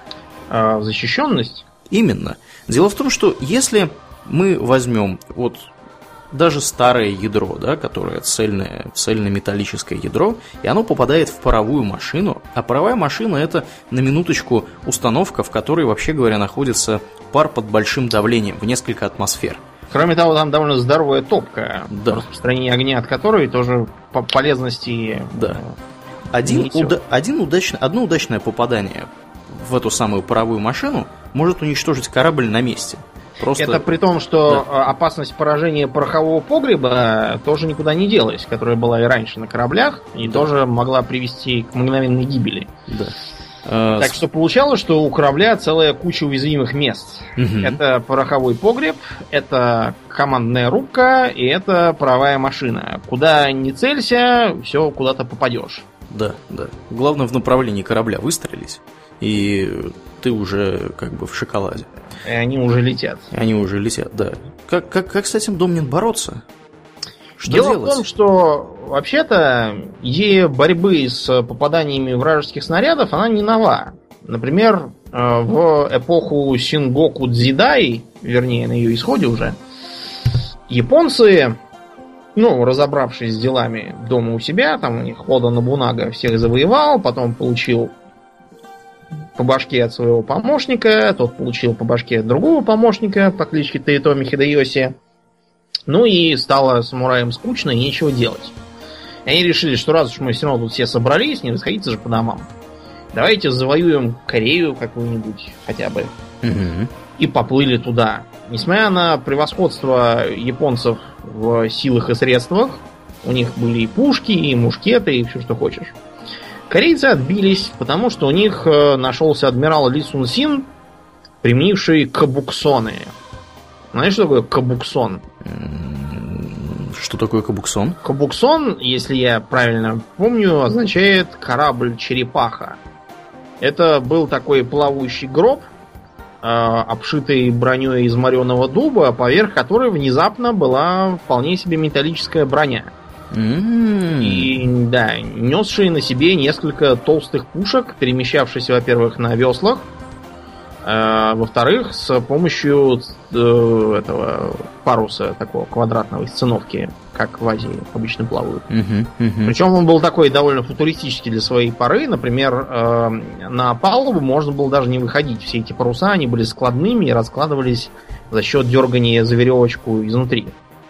А, защищенность? Именно. Дело в том, что если мы возьмем вот даже старое ядро, да, которое цельное, цельнометаллическое ядро, и оно попадает в паровую машину, а паровая машина — это, на минуточку, установка, в которой, вообще говоря, находится пар под большим давлением, в несколько атмосфер. Кроме того, там довольно здоровая топка, да. распространение огня от которой тоже по полезности... Да. Один, уда- один удачный, одно удачное попадание в эту самую паровую машину может уничтожить корабль на месте. Просто... Это при том, что да. опасность поражения порохового погреба тоже никуда не делась, которая была и раньше на кораблях, и да. тоже могла привести к мгновенной гибели. Да. Так что получалось, что у корабля целая куча уязвимых мест. Угу. Это пороховой погреб, это командная рубка и это паровая машина. Куда ни целься, все куда-то попадешь. Да, да. Главное, в направлении корабля выстрелить, и ты уже как бы в шоколаде. И они уже летят. И они уже летят, да. Как, как, как с этим Домнин бороться? Что Дело делать? в том, что вообще-то идея борьбы с попаданиями вражеских снарядов, она не нова. Например, в эпоху Сингоку Дзидай, вернее, на ее исходе уже, японцы, ну, разобравшись с делами дома у себя, там у них Ода Нобунага всех завоевал, потом получил по башке от своего помощника, тот получил по башке от другого помощника по кличке Тоитоми Хидэёси. Ну и стало самураям скучно и нечего делать. И они решили, что раз уж мы все равно тут все собрались, не расходиться же по домам, давайте завоюем Корею какую-нибудь хотя бы. Угу. И поплыли туда. Несмотря на превосходство японцев в силах и средствах, у них были и пушки, и мушкеты, и все, что хочешь. Корейцы отбились, потому что у них нашелся адмирал Ли Сун Син, применивший кабуксоны. Знаешь, что такое кабуксон? Что такое кабуксон? Кабуксон, если я правильно помню, означает корабль-черепаха. Это был такой плавающий гроб, э, обшитый броней из мореного дуба, поверх которой внезапно была вполне себе металлическая броня. Mm-hmm. И, да, несшие на себе несколько толстых пушек, перемещавшиеся, во-первых, на веслах, а, во-вторых, с помощью э, этого паруса, такого квадратного из циновки, как в Азии обычно плавают. Uh-huh, uh-huh. Причем он был такой довольно футуристический для своей поры. Например, э, на палубу можно было даже не выходить. Все эти паруса, они были складными и раскладывались за счет дергания за веревочку изнутри.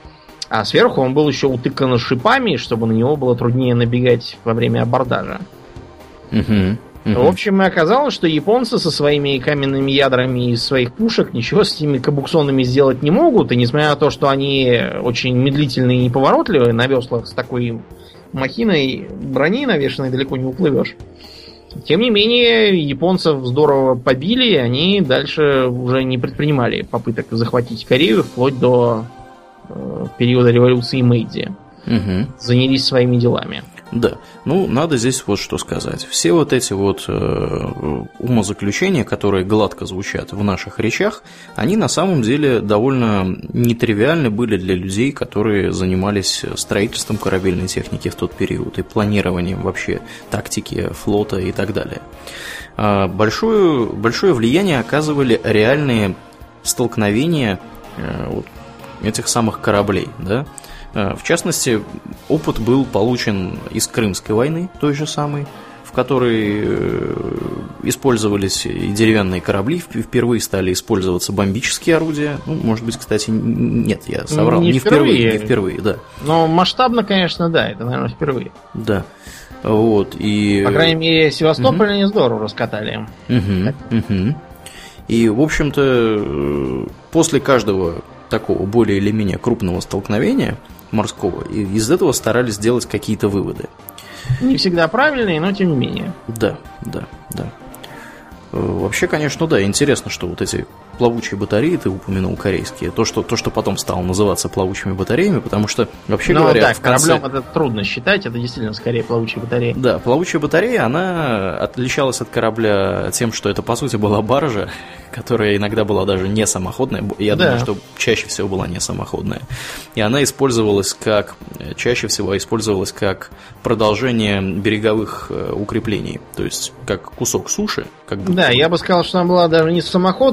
А сверху он был еще утыкан шипами, чтобы на него было труднее набегать во время абордажа. Uh-huh. Uh-huh. В общем, и оказалось, что японцы со своими каменными ядрами из своих пушек ничего с этими кабуксонами сделать не могут. И несмотря на то, что они очень медлительные и неповоротливые, на веслах с такой махиной брони навешанной далеко не уплывешь. Тем не менее, японцев здорово побили, и они дальше уже не предпринимали попыток захватить Корею вплоть до э, периода революции Мэйдзи. Uh-huh. Занялись своими делами. Да, ну надо здесь вот что сказать. Все вот эти вот э, умозаключения, которые гладко звучат в наших речах, они на самом деле довольно нетривиальны были для людей, которые занимались строительством корабельной техники в тот период и планированием вообще тактики флота и так далее. Э, большое, большое влияние оказывали реальные столкновения э, вот, этих самых кораблей, да. В частности, опыт был получен из Крымской войны, той же самой, в которой использовались и деревянные корабли, впервые стали использоваться бомбические орудия. Ну, может быть, кстати, нет, я соврал, не, не впервые, впервые, не впервые, да. Но масштабно, конечно, да, это, наверное, впервые. Да, вот, и... По крайней мере, Севастополь угу. они здорово раскатали. Угу, угу. И, в общем-то, после каждого такого более или менее крупного столкновения морского, и из этого старались сделать какие-то выводы. Не всегда правильные, но тем не менее. Да, да, да. Вообще, конечно, да, интересно, что вот эти плавучие батареи, ты упомянул корейские, то, что, то, что потом стало называться плавучими батареями, потому что, вообще ну, говоря, да, в конце... кораблем это трудно считать, это действительно скорее плавучая батарея. Да, плавучая батарея, она отличалась от корабля тем, что это, по сути, была баржа, которая иногда была даже не самоходная, я да. думаю, что чаще всего была не самоходная, и она использовалась как, чаще всего использовалась как продолжение береговых укреплений, то есть как кусок суши. Как да, я бы сказал, что она была даже не самоходная, а самодвижная.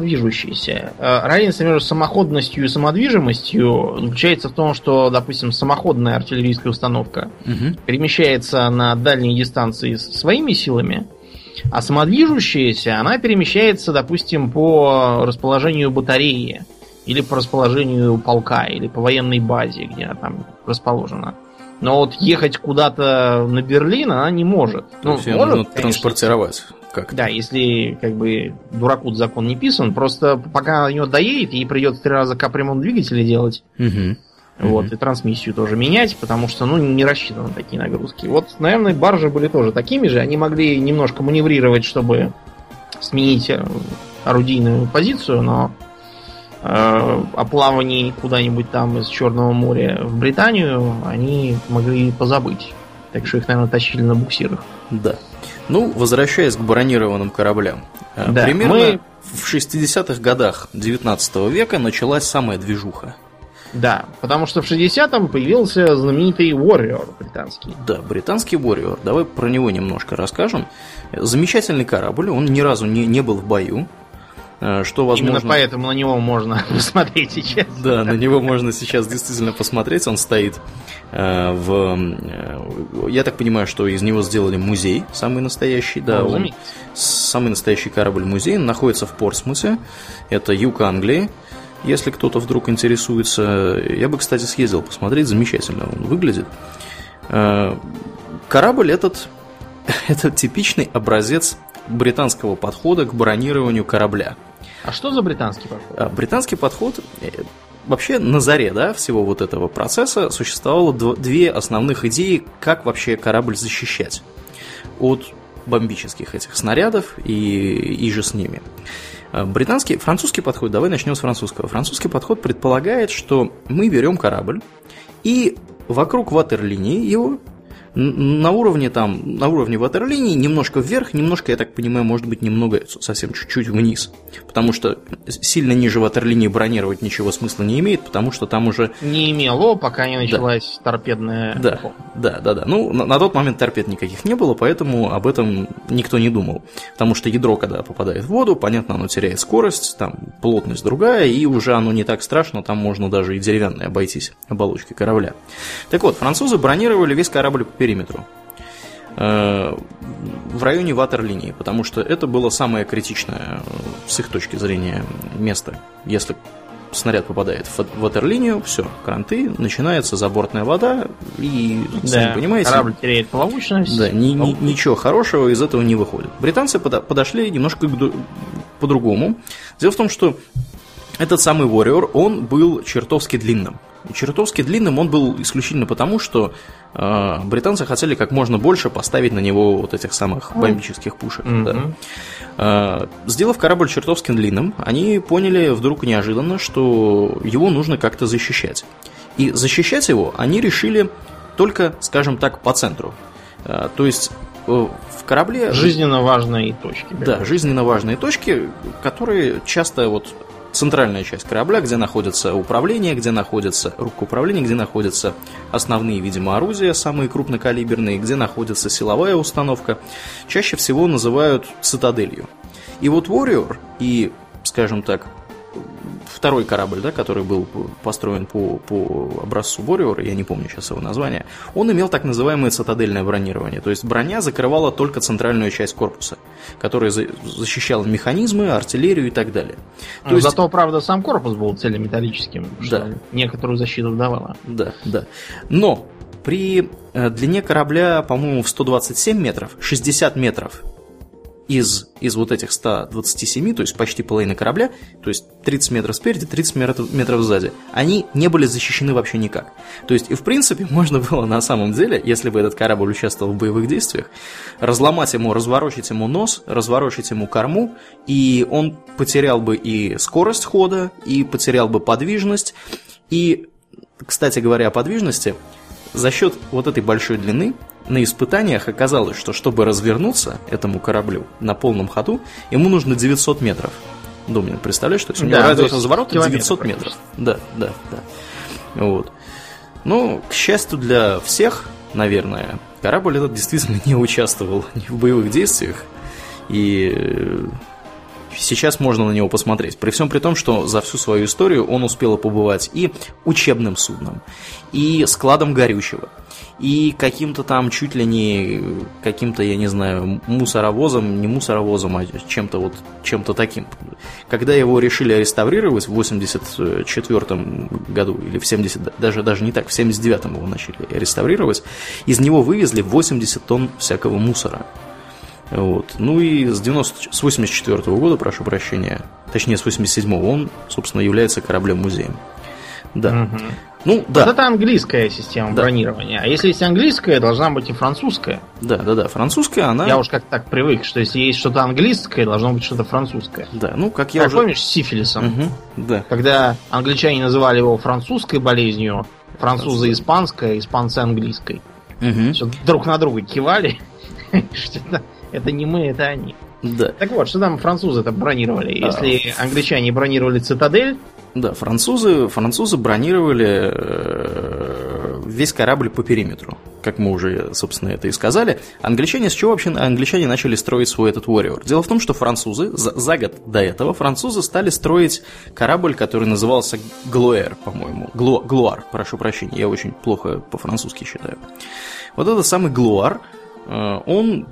самодвижущийся. Разница между самоходностью и самодвижимостью заключается в том, что, допустим, самоходная артиллерийская установка угу. перемещается на дальние дистанции своими силами, а самодвижущаяся, она перемещается, допустим, по расположению батареи, или по расположению полка, или по военной базе, где она там расположена. Но вот ехать куда-то на Берлин она не может. То есть ну, ее может, нужно конечно, транспортировать как-то. Да, если как бы дураку закон не писан, просто пока она до него доедет, ей придется три раза капремонт двигателя делать. Угу. Вот, угу. И трансмиссию тоже менять, потому что, ну, не рассчитаны такие нагрузки. Вот, наверное, баржи были тоже такими же. Они могли немножко маневрировать, чтобы сменить орудийную позицию, но э, о плавании куда-нибудь там из Черного моря в Британию они могли позабыть. Так что их, наверное, тащили на буксирах. Да. Ну, возвращаясь к бронированным кораблям. Да, примерно мы... в шестидесятых годах девятнадцатого века началась самая движуха. Да, потому что в шестидесятом появился знаменитый Warrior британский. Да, британский Warrior. Давай про него немножко расскажем. Замечательный корабль, он ни разу не, не был в бою. Что, возможно... Именно поэтому на него можно посмотреть сейчас. Да, на него можно сейчас действительно посмотреть. Он стоит э, в... Я так понимаю, что из него сделали музей, самый настоящий. Да, ну, он... Самый настоящий корабль-музей. Он находится в Портсмуте. Это юг Англии. Если кто-то вдруг интересуется, я бы, кстати, съездил посмотреть, замечательно он выглядит. Корабль этот, это типичный образец британского подхода к бронированию корабля. А что за британский подход? Британский подход, вообще на заре, да, всего вот этого процесса существовало две основных идеи, как вообще корабль защищать от бомбических этих снарядов и, и же с ними. Британский, французский подход, давай начнем с французского. Французский подход предполагает, что мы берем корабль и вокруг ватерлинии его на уровне там, на уровне ватерлинии немножко вверх, немножко, я так понимаю, может быть, немного, совсем чуть-чуть вниз. Потому что сильно ниже ватерлинии бронировать ничего смысла не имеет, потому что там уже... Не имело, пока не началась да. торпедная... Да, да, да, да. Ну, на, на тот момент торпед никаких не было, поэтому об этом никто не думал. Потому что ядро, когда попадает в воду, понятно, оно теряет скорость, там плотность другая, и уже оно не так страшно, там можно даже и деревянной обойтись оболочкой корабля. Так вот, французы бронировали весь корабль по периметру в районе ватерлинии, потому что это было самое критичное с их точки зрения место. Если снаряд попадает в ватерлинию, все, кранты, начинается забортная вода, и, да, сами понимаете, корабль теряет плавучность. Да, ни, ни, ничего хорошего из этого не выходит. Британцы подошли немножко по-другому. Дело в том, что этот самый Warrior, он был чертовски длинным. И чертовски длинным он был исключительно потому, что э, британцы хотели как можно больше поставить на него вот этих самых бомбических пушек. Mm-hmm. Да. Э, сделав корабль чертовски длинным, они поняли вдруг неожиданно, что его нужно как-то защищать. И защищать его они решили только, скажем так, по центру. Э, то есть э, в корабле... Жизненно важные точки. Да, жизненно важные точки, которые часто вот... Центральная часть корабля, где находится управление, где находится рубка управления, где находятся основные, видимо, орудия, самые крупнокалиберные, где находится силовая установка, чаще всего называют цитаделью. И вот Warrior и, скажем так, второй корабль, да, который был построен по, по образцу Warrior, я не помню сейчас его название, он имел так называемое цитадельное бронирование. То есть броня закрывала только центральную часть корпуса, которая защищала механизмы, артиллерию и так далее. То ну, есть... Зато, правда, сам корпус был целеметаллическим, что да. некоторую защиту давало. Да, да. Но при длине корабля, по-моему, в сто двадцать семь метров, шестьдесят метров Из, из вот этих ста двадцати семи, то есть почти половины корабля, то есть тридцать метров спереди, тридцать метров, метров сзади, они не были защищены вообще никак. То есть, и в принципе, можно было на самом деле, если бы этот корабль участвовал в боевых действиях, разломать ему, разворочить ему нос, разворочить ему корму, и он потерял бы и скорость хода, и потерял бы подвижность. И, кстати говоря, о подвижности, за счет вот этой большой длины, на испытаниях оказалось, что чтобы развернуться этому кораблю на полном ходу, ему нужно девятьсот метров. Домнин, представляешь, что у него да, радиус разворота девятьсот метров. Да, да, да. Вот. Ну, к счастью для всех, наверное, корабль этот действительно не участвовал ни в боевых действиях. И сейчас можно на него посмотреть. При всем при том, что за всю свою историю он успел побывать и учебным судном, и складом горючего, и каким-то там чуть ли не каким-то, я не знаю, мусоровозом, не мусоровозом, а чем-то вот чем-то таким. Когда его решили реставрировать в восемьдесят четвёртом году, или в семидесятом, даже, даже не так, в семьдесят девятом его начали реставрировать, из него вывезли восемьдесят тонн всякого мусора. Вот. Ну и с, девяносто, с восемьдесят четвёртого года, прошу прощения, точнее с восемьдесят седьмого, он, собственно, является кораблем-музеем. Да. Угу. Ну, да. Вот это английская система да. бронирования. А если есть английская, должна быть и французская. Да, да, да. Французская, она. Я уж как так привык, что если есть что-то английское, должно быть что-то французское. Да, ну как я как уже. Помнишь, с сифилисом? Угу, да. Когда англичане называли его французской болезнью, французы испанской, испанцы английской. Угу. Все друг на друга кивали. Это не мы, это они. Да. Так вот, что там французы-то бронировали? Если а... англичане бронировали цитадель. Да, французы, французы бронировали весь корабль по периметру, как мы уже, собственно, это и сказали. Англичане, с чего вообще англичане начали строить свой этот Warrior? Дело в том, что французы, за, за год до этого, французы стали строить корабль, который назывался Глуэр, по-моему. Глу, Глуар, прошу прощения, я очень плохо по-французски считаю. Вот этот самый Глуар, он,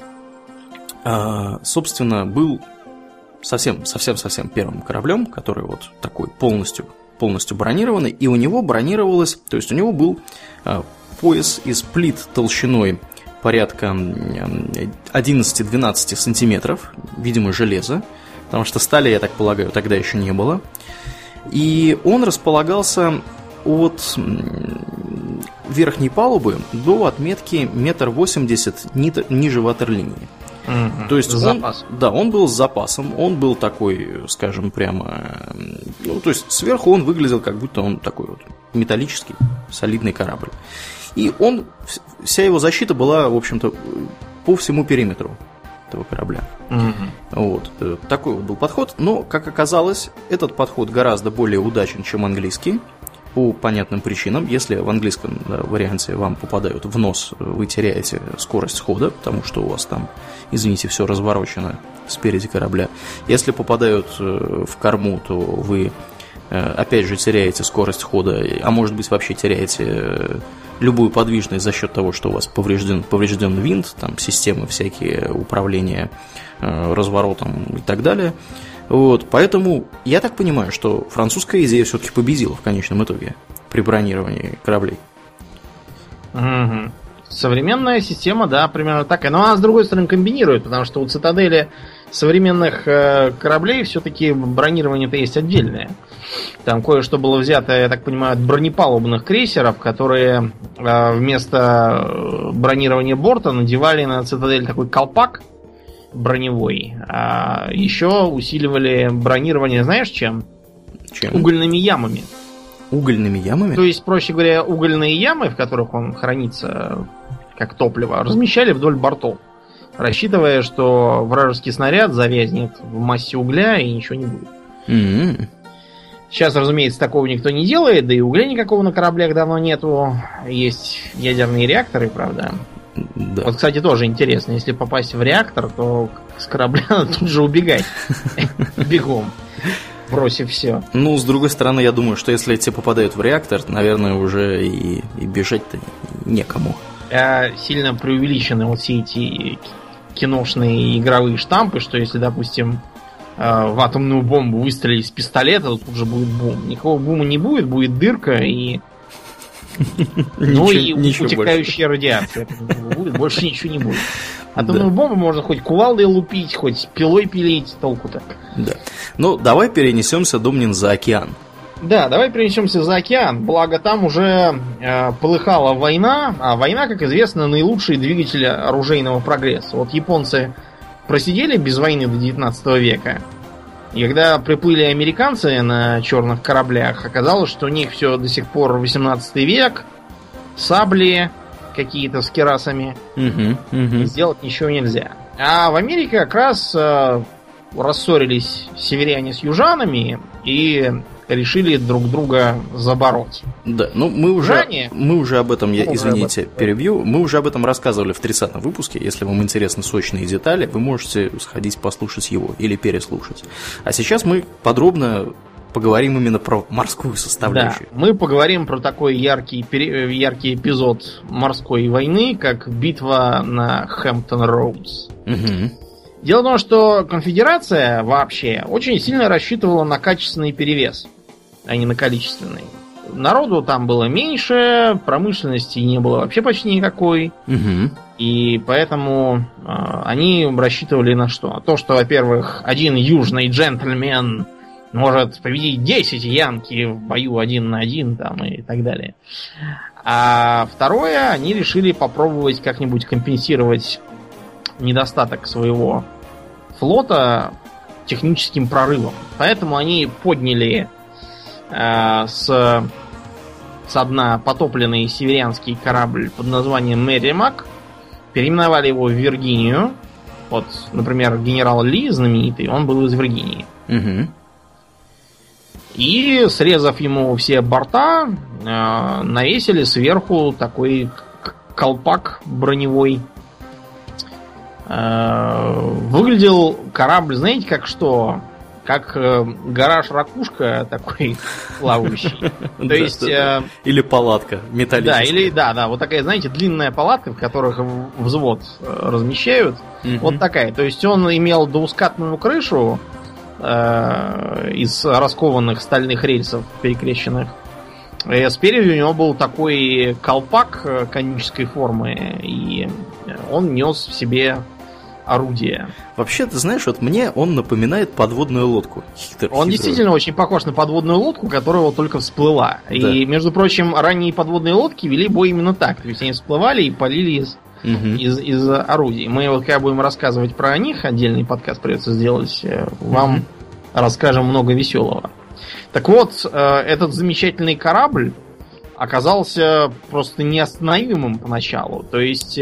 собственно, был совсем, совсем, совсем первым кораблем, который вот такой полностью, полностью бронированный, и у него бронировалось, то есть у него был а, пояс из плит толщиной порядка одиннадцать-двенадцать сантиметров, видимо, железа, потому что стали, я так полагаю, тогда еще не было, и он располагался от верхней палубы до отметки метр восемьдесят ниже ватерлинии. Mm-hmm. То есть запас. Он, да, он был с запасом, он был такой, скажем, прямо, ну, то есть сверху он выглядел, как будто он такой вот металлический, солидный корабль. И он, вся его защита была, в общем-то, по всему периметру этого корабля. Mm-hmm. Вот. Такой вот был подход, но, как оказалось, этот подход гораздо более удачен, чем английский. По понятным причинам. Если в английском да, варианте вам попадают в нос, вы теряете скорость хода, потому что у вас там, извините, все разворочено спереди корабля. Если попадают в корму, то вы опять же теряете скорость хода, а может быть вообще теряете любую подвижность за счет того, что у вас поврежден, поврежден винт, там системы всякие управления разворотом и так далее. Вот, поэтому я так понимаю, что французская идея все-таки победила в конечном итоге при бронировании кораблей. Угу. Современная система, да, примерно такая. Но она, с другой стороны, комбинирует, потому что у цитадели современных э, кораблей все-таки бронирование-то есть отдельное. Там кое-что было взято, я так понимаю, от бронепалубных крейсеров, которые э, вместо бронирования борта надевали на цитадель такой колпак броневой, а еще усиливали бронирование, знаешь, чем? Чем? Угольными ямами. Угольными ямами? То есть, проще говоря, угольные ямы, в которых он хранится как топливо, размещали вдоль бортов, рассчитывая, что вражеский снаряд завязнет в массе угля и ничего не будет. Mm-hmm. Сейчас, разумеется, такого никто не делает, да и угля никакого на кораблях давно нету. Есть ядерные реакторы, правда. Да. Вот, кстати, тоже интересно, если попасть в реактор, то с корабля надо тут же убегать бегом, бросив все. Ну, с другой стороны, я думаю, что если те попадают в реактор, наверное, уже и, и бежать-то некому. А сильно преувеличены вот все эти киношные игровые штампы, что если, допустим, в атомную бомбу выстрелить из пистолета, то тут же будет бум. Никакого бума не будет, будет дырка и... Ну и утекающая радиация будет, больше ничего не будет. Атомную да. бомбу можно хоть кувалдой лупить, хоть пилой пилить, толку-то. Да. Ну, давай перенесемся, Домнин, за океан. Да, давай перенесемся за океан. Благо там уже э, полыхала война, а война, как известно, наилучший двигатель оружейного прогресса. Вот японцы просидели без войны до девятнадцатого века. И когда приплыли американцы на черных кораблях, оказалось, что у них все до сих пор восемнадцатый век, сабли какие-то с керасами, угу, угу. сделать ничего нельзя. А в Америке как раз э, рассорились северяне с южанами и решили друг друга забороть. Да, ну мы уже, Ранее, мы уже об этом, я, извините, об этом. перебью, мы уже об этом рассказывали в тридцатом выпуске. Если вам интересны сочные детали, вы можете сходить послушать его или переслушать. А сейчас мы подробно поговорим именно про морскую составляющую. Да, мы поговорим про такой яркий, яркий эпизод морской войны, как битва на Хэмптон-Роудс. Угу. Дело в том, что конфедерация вообще очень сильно рассчитывала на качественный перевес, а не на количественный. Народу там было меньше, промышленности не было вообще почти никакой. Угу. И поэтому э, они рассчитывали на что? На то, что, во-первых, один южный джентльмен может победить десять янки в бою один на один там, и так далее. А второе, они решили попробовать как-нибудь компенсировать недостаток своего флота техническим прорывом. Поэтому они подняли э, с, с дна потопленный северянский корабль под названием Мерримак, переименовали его в Виргинию. Вот, например, генерал Ли знаменитый, он был из Виргинии. Угу. И, срезав ему все борта, э, навесили сверху такой колпак броневой. Выглядел корабль, знаете, как что? Как гараж-ракушка такой плавающий. То есть... Или палатка металлическая. Да, или, да, да, вот такая, знаете, длинная палатка, в которых взвод размещают. Вот такая. То есть он имел двускатную крышу из раскованных стальных рельсов перекрещенных. И спереди у него был такой колпак конической формы, и он нес в себе орудие. Вообще, ты знаешь, вот мне он напоминает подводную лодку. Хитр, он хитрую. Действительно очень похож на подводную лодку, которая вот только всплыла. Да. И, между прочим, ранние подводные лодки вели бой именно так. То есть они всплывали и полили из, угу. из, из орудий. Мы вот когда будем рассказывать про них, отдельный подкаст придется сделать, вам угу. расскажем много веселого. Так вот, этот замечательный корабль оказался просто неостановимым поначалу. То есть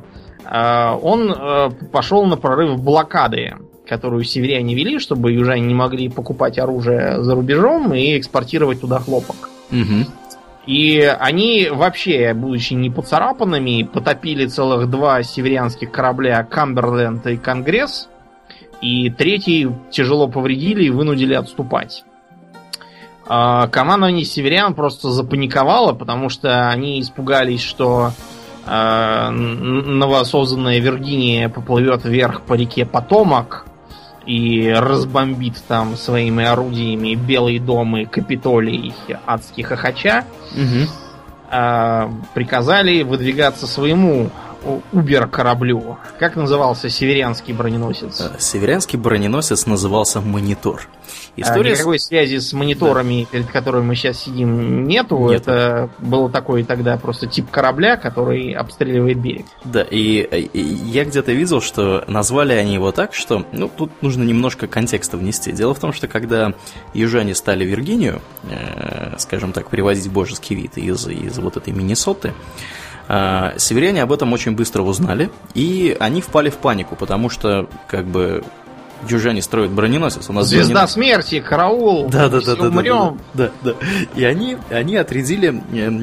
он пошел на прорыв блокады, которую северяне вели, чтобы южане не могли покупать оружие за рубежом и экспортировать туда хлопок. Угу. И они вообще, будучи не поцарапанными, потопили целых два северянских корабля Камберленд и Конгресс, и третий тяжело повредили и вынудили отступать. Командование северян просто запаниковало, потому что они испугались, что э, новосозданная Виргиния поплывет вверх по реке Потомак и разбомбит там своими орудиями Белый дом и Капитолий адски хохоча. Угу. Э, приказали выдвигаться своему Убер-кораблю. Как назывался северянский броненосец? Северянский броненосец назывался Монитор. История... Никакой связи с мониторами, да. перед которыми мы сейчас сидим, нету. нету. Это был такой тогда просто тип корабля, который обстреливает берег. Да, и, и я где-то видел, что назвали они его так, что... Ну, тут нужно немножко контекста внести. Дело в том, что когда южане стали в Виргинию, э, скажем так, привозить божеский вид из, из вот этой Миннесоты, э, северяне об этом очень быстро узнали, и они впали в панику, потому что, как бы... Южане строят броненосец. У нас Звезда броненосец... смерти, караул, да, да, да, да, умрем. Да, да, да. И они, они отрядили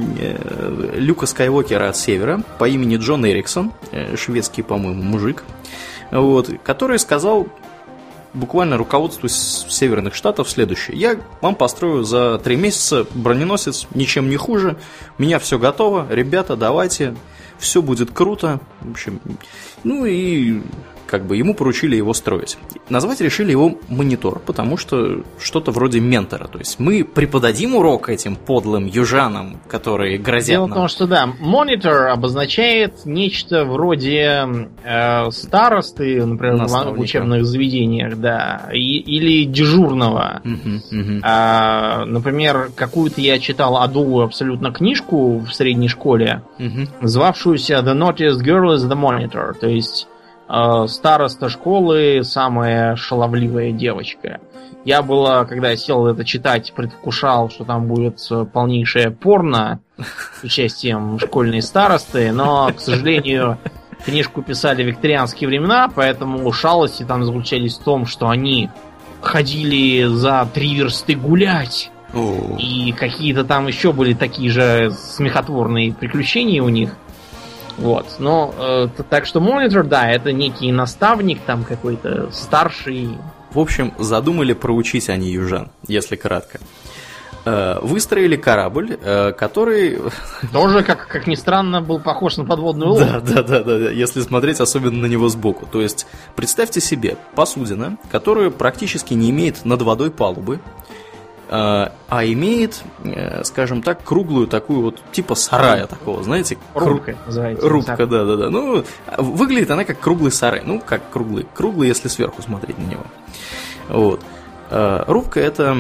Люка Скайуокера от севера по имени Джон Эриксон, шведский, по-моему, мужик, вот, который сказал буквально руководству северных штатов следующее: я вам построю за три месяца броненосец, ничем не хуже, у меня все готово, ребята, давайте, все будет круто. В общем, ну и... как бы ему поручили его строить. Назвать решили его Монитор, потому что что-то вроде ментора. То есть мы преподадим урок этим подлым южанам, которые грозят Дело нам. в том, что да, Монитор обозначает нечто вроде э, старосты, например, в учебных заведениях, да, и, или дежурного. Uh-huh, uh-huh. А, например, какую-то я читал адовую абсолютно книжку в средней школе, uh-huh. звавшуюся The Naughtiest Girl is the Monitor, то есть староста школы, самая шаловливая девочка. Я было, когда я сел это читать, предвкушал, что там будет полнейшее порно с участием школьной старосты, но, к сожалению, книжку писали в викторианские времена, поэтому шалости там заключались в том, что они ходили за три версты гулять, О. И какие-то там еще были такие же смехотворные приключения у них. Вот. Но э, так что монитор, да, это некий наставник, там какой-то старший. В общем, задумали проучить они южан, если кратко. Выстроили корабль, который... Тоже, как, как ни странно, был похож на подводную лодку. Да, да, да, да, если смотреть особенно на него сбоку. То есть, представьте себе посудина, которая практически не имеет над водой палубы, а имеет, скажем так, круглую такую вот, типа сарая такого, знаете? Рубка кру... называется. Рубка, да, да, да. Ну, выглядит она как круглый сарай. Ну, как круглый. Круглый, если сверху смотреть на него. Вот. Рубка это...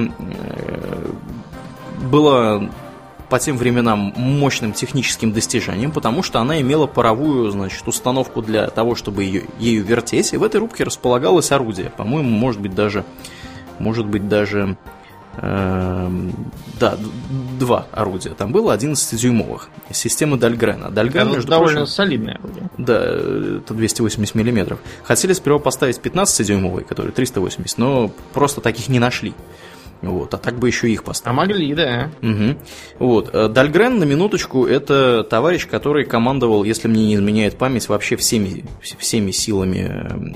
была по тем временам мощным техническим достижением, потому что она имела паровую, значит, установку для того, чтобы ее, ею вертеть, и в этой рубке располагалось орудие. По-моему, может быть даже, может быть даже, э, да, два орудия. Там было одиннадцатидюймовых системы Дальгрена. Дальгрен, это между довольно прочим, солидное орудие. Да, это двести восемьдесят миллиметров. Хотели сперва поставить пятнадцатидюймовый, который триста восемьдесят, но просто таких не нашли. Вот, а так бы еще их поставили. А могли, да. Угу. Вот. Дальгрен, на минуточку, это товарищ, который командовал, если мне не изменяет память, вообще всеми, всеми силами,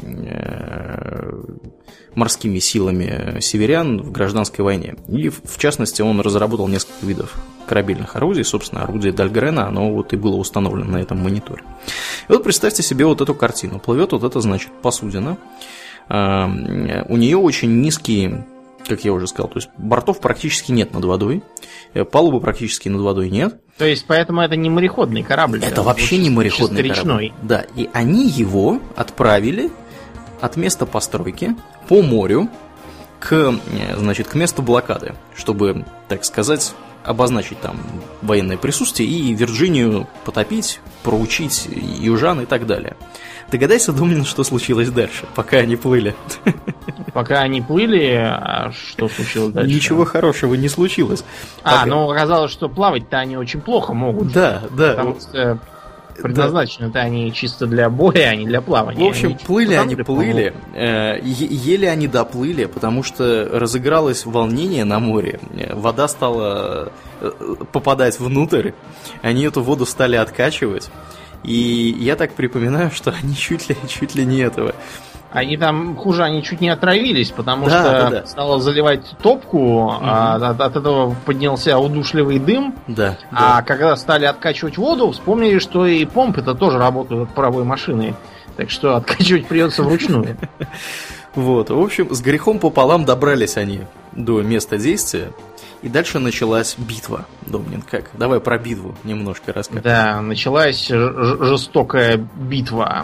морскими силами северян в гражданской войне. И, в частности, он разработал несколько видов корабельных орудий. Собственно, орудие Дальгрена, оно вот и было установлено на этом мониторе. И вот представьте себе вот эту картину. Плывет вот это, значит, посудина. У нее очень низкие... как я уже сказал, то есть бортов практически нет над водой, палубы практически над водой нет. То есть, поэтому это не мореходный корабль. Это вообще не мореходный корабль. Речной. Да, и они его отправили от места постройки по морю к, значит, к месту блокады, чтобы, так сказать, обозначить там военное присутствие и Вирджинию потопить, проучить южан и так далее. Догадайся, Домнин, что случилось дальше, пока они плыли. Пока они плыли, а что случилось дальше? Ничего хорошего не случилось. А, пока... ну оказалось, что плавать-то они очень плохо могут. Да, да. Потому что предназначены-то да. они чисто для боя, а не для плавания. В общем, они плыли они, плыли, э, еле они доплыли, потому что разыгралось волнение на море. Вода стала попадать внутрь, они эту воду стали откачивать. И я так припоминаю, что они чуть ли, чуть ли не этого. Они там, хуже, они чуть не отравились, потому да, что да, да. стало заливать топку, угу. а от, от этого поднялся удушливый дым. Да, а да. когда стали откачивать воду, вспомнили, что и помпы-то тоже работают от паровой машины. Так что откачивать придется вручную. Вот, в общем, с грехом пополам добрались они до места действия. И дальше началась битва. Домнин, как? Давай про битву немножко расскажем. Да, началась ж- жестокая битва.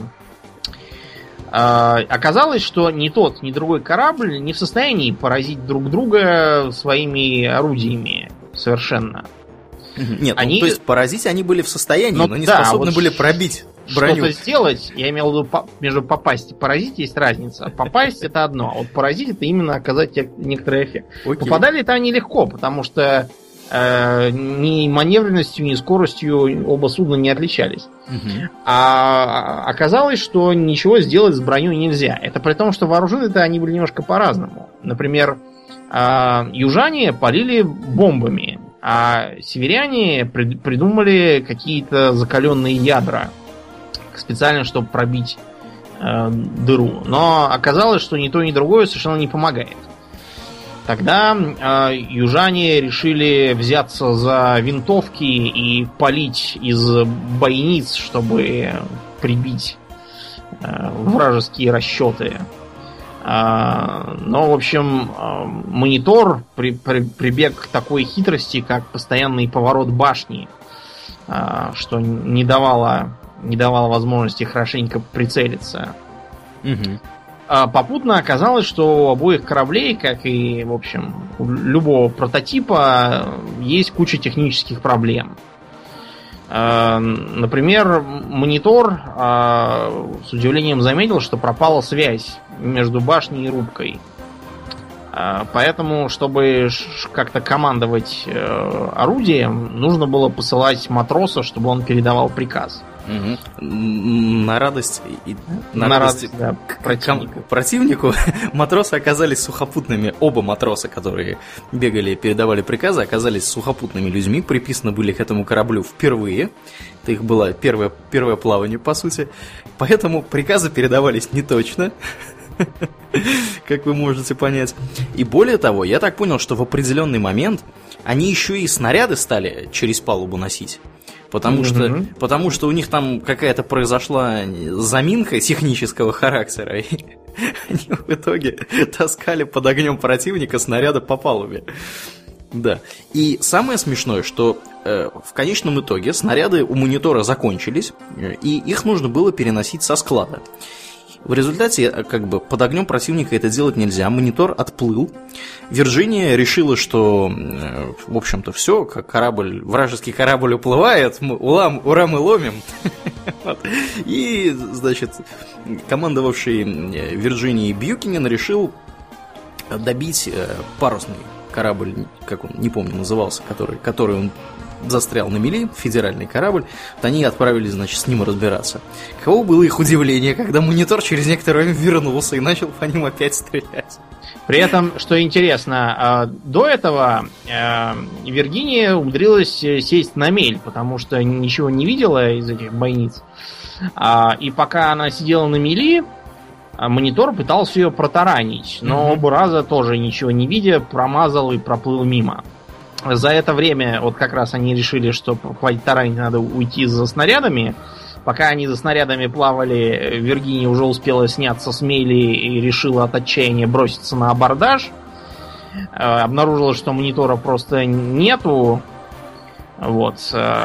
А, оказалось, что ни тот, ни другой корабль не в состоянии поразить друг друга своими орудиями совершенно. Нет, они... ну, то есть поразить они были в состоянии, но, но не да, способны вот были пробить броню. Что-то сделать, я имел в виду, между попасть и поразить есть разница. Попасть это одно, а вот поразить это именно оказать некоторый эффект. Окей. Попадали это они легко, потому что э, ни маневренностью, ни скоростью оба судна не отличались. Угу. А оказалось, что ничего сделать с броней нельзя. Это при том, что вооружены-то они были немножко по-разному. Например, э, южане полили бомбами, а северяне придумали какие-то закаленные ядра специально, чтобы пробить э, дыру. Но оказалось, что ни то, ни другое совершенно не помогает. Тогда э, южане решили взяться за винтовки и палить из бойниц, чтобы прибить э, вражеские расчеты. Э, но, в общем, э, монитор при, при, прибег к такой хитрости, как постоянный поворот башни, э, что не давало... не давало возможности хорошенько прицелиться. Угу. А попутно оказалось, что у обоих кораблей, как и, в общем, у любого прототипа, есть куча технических проблем. А, например, монитор а, с удивлением заметил, что пропала связь между башней и рубкой. А, поэтому, чтобы как-то командовать э, орудием, нужно было посылать матроса, чтобы он передавал приказ. Угу. На радость, и, на на радость, радость да, противнику. противнику матросы оказались сухопутными. Оба матроса, которые бегали и передавали приказы, оказались сухопутными людьми, приписаны были к этому кораблю впервые. Это их было первое, первое плавание, по сути. Поэтому приказы передавались не точно, как вы можете понять. И более того, я так понял, что в определенный момент они еще и снаряды стали через палубу носить. Потому, mm-hmm. что, потому что у них там какая-то произошла заминка технического характера, и они в итоге таскали под огнем противника снаряды по палубе. Да. И самое смешное, что э, в конечном итоге снаряды у монитора закончились, и их нужно было переносить со склада. В результате, как бы, под огнем противника это делать нельзя. Монитор отплыл. Вирджиния решила, что, в общем-то, все, как корабль, вражеский корабль уплывает, мы, улам, ура, мы ломим. И, значит, командовавший Вирджинией Бьюкинен решил добить парусный корабль, как он, не помню, назывался, который, который он застрял на мели, федеральный корабль. Вот они отправились, значит, с ним разбираться. Каково было их удивление, когда монитор через некоторое время вернулся и начал по ним опять стрелять. При этом, что интересно, до этого Виргиния умудрилась сесть на мель, потому что ничего не видела из этих бойниц. И пока она сидела на мели, монитор пытался ее протаранить, но mm-hmm. оба раза тоже ничего не видя, промазал и проплыл мимо. За это время, вот как раз они решили, что хватит таранить, надо уйти за снарядами. Пока они за снарядами плавали, Виргиния уже успела сняться с мели и решила от отчаяния броситься на абордаж. Обнаружила, что монитора просто нету. Вот.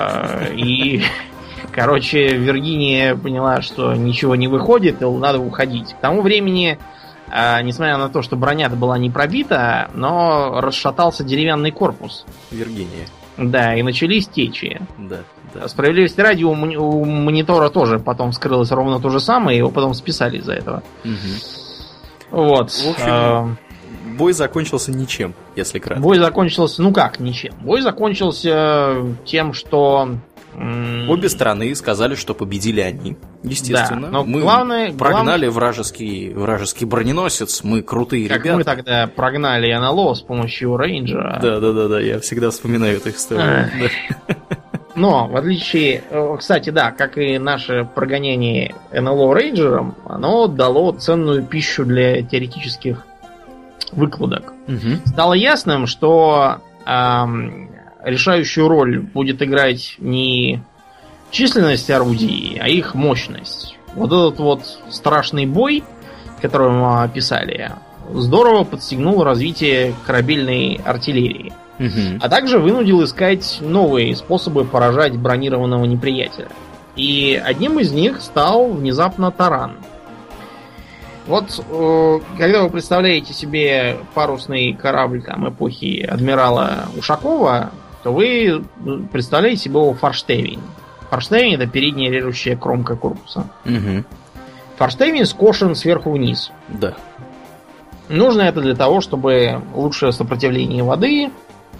И, короче, Виргиния поняла, что ничего не выходит, и надо уходить. К тому времени, несмотря на то, что броня была не пробита, но расшатался деревянный корпус Виргиния. Да, и начались течи. Да, да. Справедливости ради, у, у монитора тоже потом скрылось ровно то же самое, его потом списали из-за этого. Угу. Вот. В общем, бой закончился ничем, если кратко. Бой закончился, ну как ничем? Бой закончился тем, что... Обе стороны сказали, что победили они, естественно. Да, но мы главное, прогнали главное... вражеский, вражеский броненосец, мы крутые как ребята. Мы тогда прогнали эн эл о с помощью рейнджера. Да, да, да, да, я всегда вспоминаю эту историю. Но, в отличие... Кстати, да, как и наше прогонение эн эл о рейнджером, оно дало ценную пищу для теоретических выкладок. Угу. Стало ясным, что... Эм, решающую роль будет играть не численность орудий, а их мощность. Вот этот вот страшный бой, который мы описали, здорово подстегнул развитие корабельной артиллерии. Угу. А также вынудил искать новые способы поражать бронированного неприятеля. И одним из них стал внезапно таран. Вот, э, когда вы представляете себе парусный корабль там, эпохи адмирала Ушакова, то вы представляете себе его форштевень. Форштевень — это передняя режущая кромка корпуса. Угу. Форштевень скошен сверху вниз. Да. Нужно это для того, чтобы лучшее сопротивление воды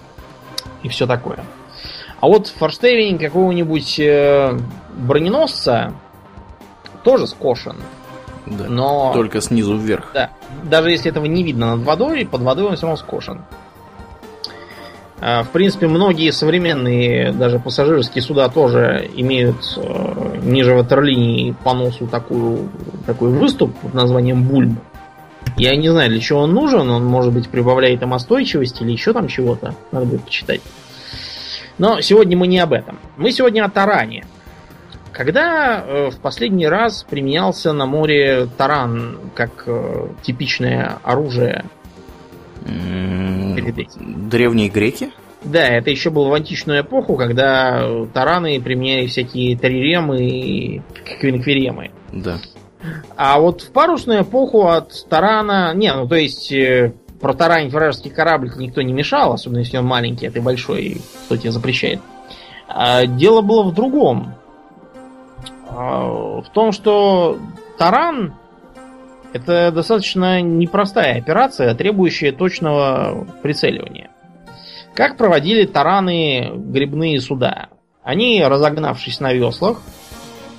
и все такое. А вот форштевень какого-нибудь э, броненосца тоже скошен. Да, но... только снизу вверх. Да. Даже если этого не видно над водой, под водой он все равно скошен. В принципе, многие современные, даже пассажирские суда тоже имеют э, ниже ватерлинии по носу такую, такой выступ под названием бульб. Я не знаю, для чего он нужен. Он, может быть, прибавляет им остойчивость или еще там чего-то. Надо будет почитать. Но сегодня мы не об этом. Мы сегодня о таране. Когда э, в последний раз применялся на море таран как э, типичное оружие? Древние греки? Да, это еще было в античную эпоху, когда тараны применяли всякие триремы и квинквиремы. Да. А вот в парусную эпоху от тарана... Не, ну то есть э, протаранить вражеский корабль никто не мешал, особенно если он маленький, а ты большой, кто тебе запрещает. А дело было в другом. А, в том, что таран... Это достаточно непростая операция, требующая точного прицеливания. Как проводили тараны гребные суда? Они, разогнавшись на веслах,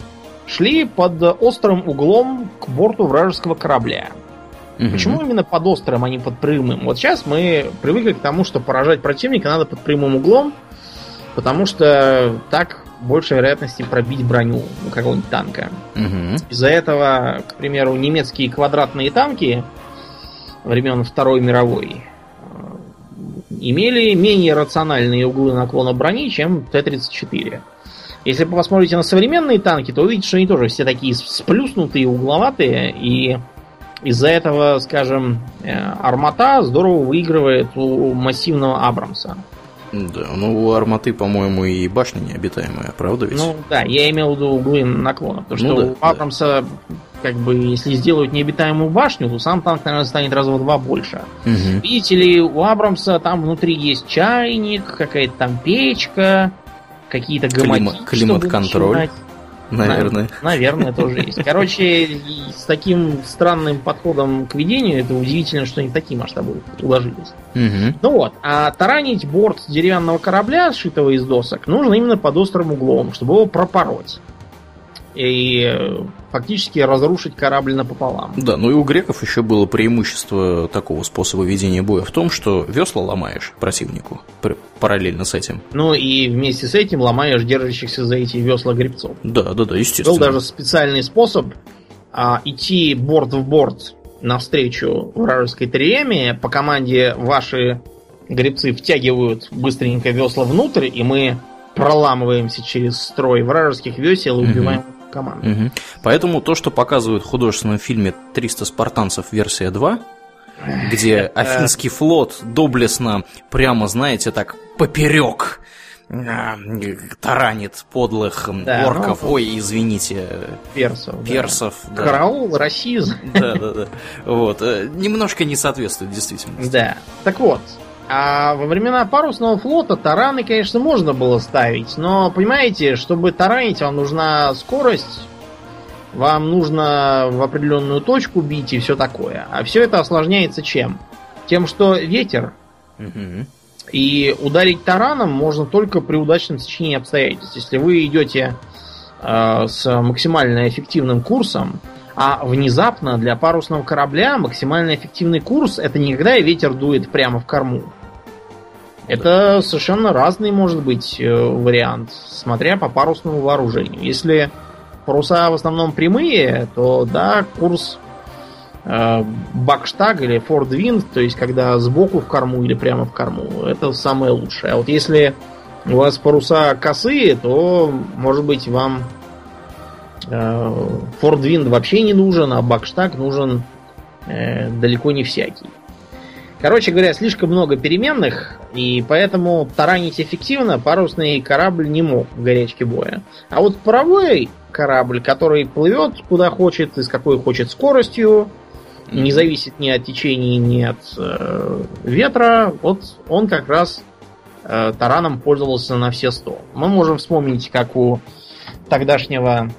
шли под острым углом к борту вражеского корабля. Угу. Почему именно под острым, а не под прямым? Вот сейчас мы привыкли к тому, что поражать противника надо под прямым углом, потому что так больше вероятности пробить броню у какого-нибудь танка. Угу. Из-за этого, к примеру, немецкие квадратные танки времен Второй мировой имели менее рациональные углы наклона брони, чем Т тридцать четыре. Если вы посмотрите на современные танки, то увидите, что они тоже все такие сплюснутые, угловатые, и из-за этого, скажем, Армата здорово выигрывает у массивного Абрамса. Да, ну у Арматы, по-моему, и башня необитаемая, правда ведь? Ну да, я имел в виду углы наклона, потому ну, что да, у Абрамса, да. как бы, если сделают необитаемую башню, то сам танк, наверное, станет раза в два больше. Угу. Видите ли, у Абрамса там внутри есть чайник, какая-то там печка, какие-то гамаки. Климат-контроль, наверное. На, наверное, тоже есть. Короче, с таким странным подходом к ведению, это удивительно, что они в такие масштабы уложились. Угу. Ну вот, а таранить борт деревянного корабля, сшитого из досок, нужно именно под острым углом, чтобы его пропороть. И фактически разрушить корабль напополам. Да, ну и у греков еще было преимущество такого способа ведения боя в том, что весла ломаешь противнику параллельно с этим. Ну и вместе с этим ломаешь держащихся за эти весла гребцов. Да, да, да, естественно. Был даже специальный способ а, идти борт в борт навстречу вражеской триеме. По команде ваши гребцы втягивают быстренько весла внутрь, и мы проламываемся через строй вражеских весел и убиваем угу. команду. Угу. Поэтому то, что показывают в художественном фильме «триста спартанцев. Версия два», где Афинский флот доблестно, прямо, знаете, так поперек таранит подлых да, орков, ну, ой, извините, персов, персов да. Да. Караул, расизм. Да, да, да. Вот. Немножко не соответствует действительности. Да. Так вот, а во времена парусного флота тараны, конечно, можно было ставить, но, понимаете, чтобы таранить, вам нужна скорость, вам нужно в определенную точку бить и все такое. А все это осложняется чем? Тем, что ветер. Угу. И ударить тараном можно только при удачном стечении обстоятельств. Если вы идете э, с максимально эффективным курсом, а внезапно для парусного корабля максимально эффективный курс — это не когда ветер дует прямо в корму. Это совершенно разный может быть вариант, смотря по парусному вооружению. Если паруса в основном прямые, то да, курс э, бакштаг или фордвинд, то есть когда сбоку в корму или прямо в корму, это самое лучшее. А вот если у вас паруса косые, то, может быть, вам э, фордвинд вообще не нужен, а бакштаг нужен э, далеко не всякий. Короче говоря, слишком много переменных, и поэтому таранить эффективно парусный корабль не мог в горячке боя. А вот паровой корабль, который плывет куда хочет и с какой хочет скоростью, не зависит ни от течения, ни от э, ветра, вот он как раз э, тараном пользовался на все сто. Мы можем вспомнить, как у тогдашнего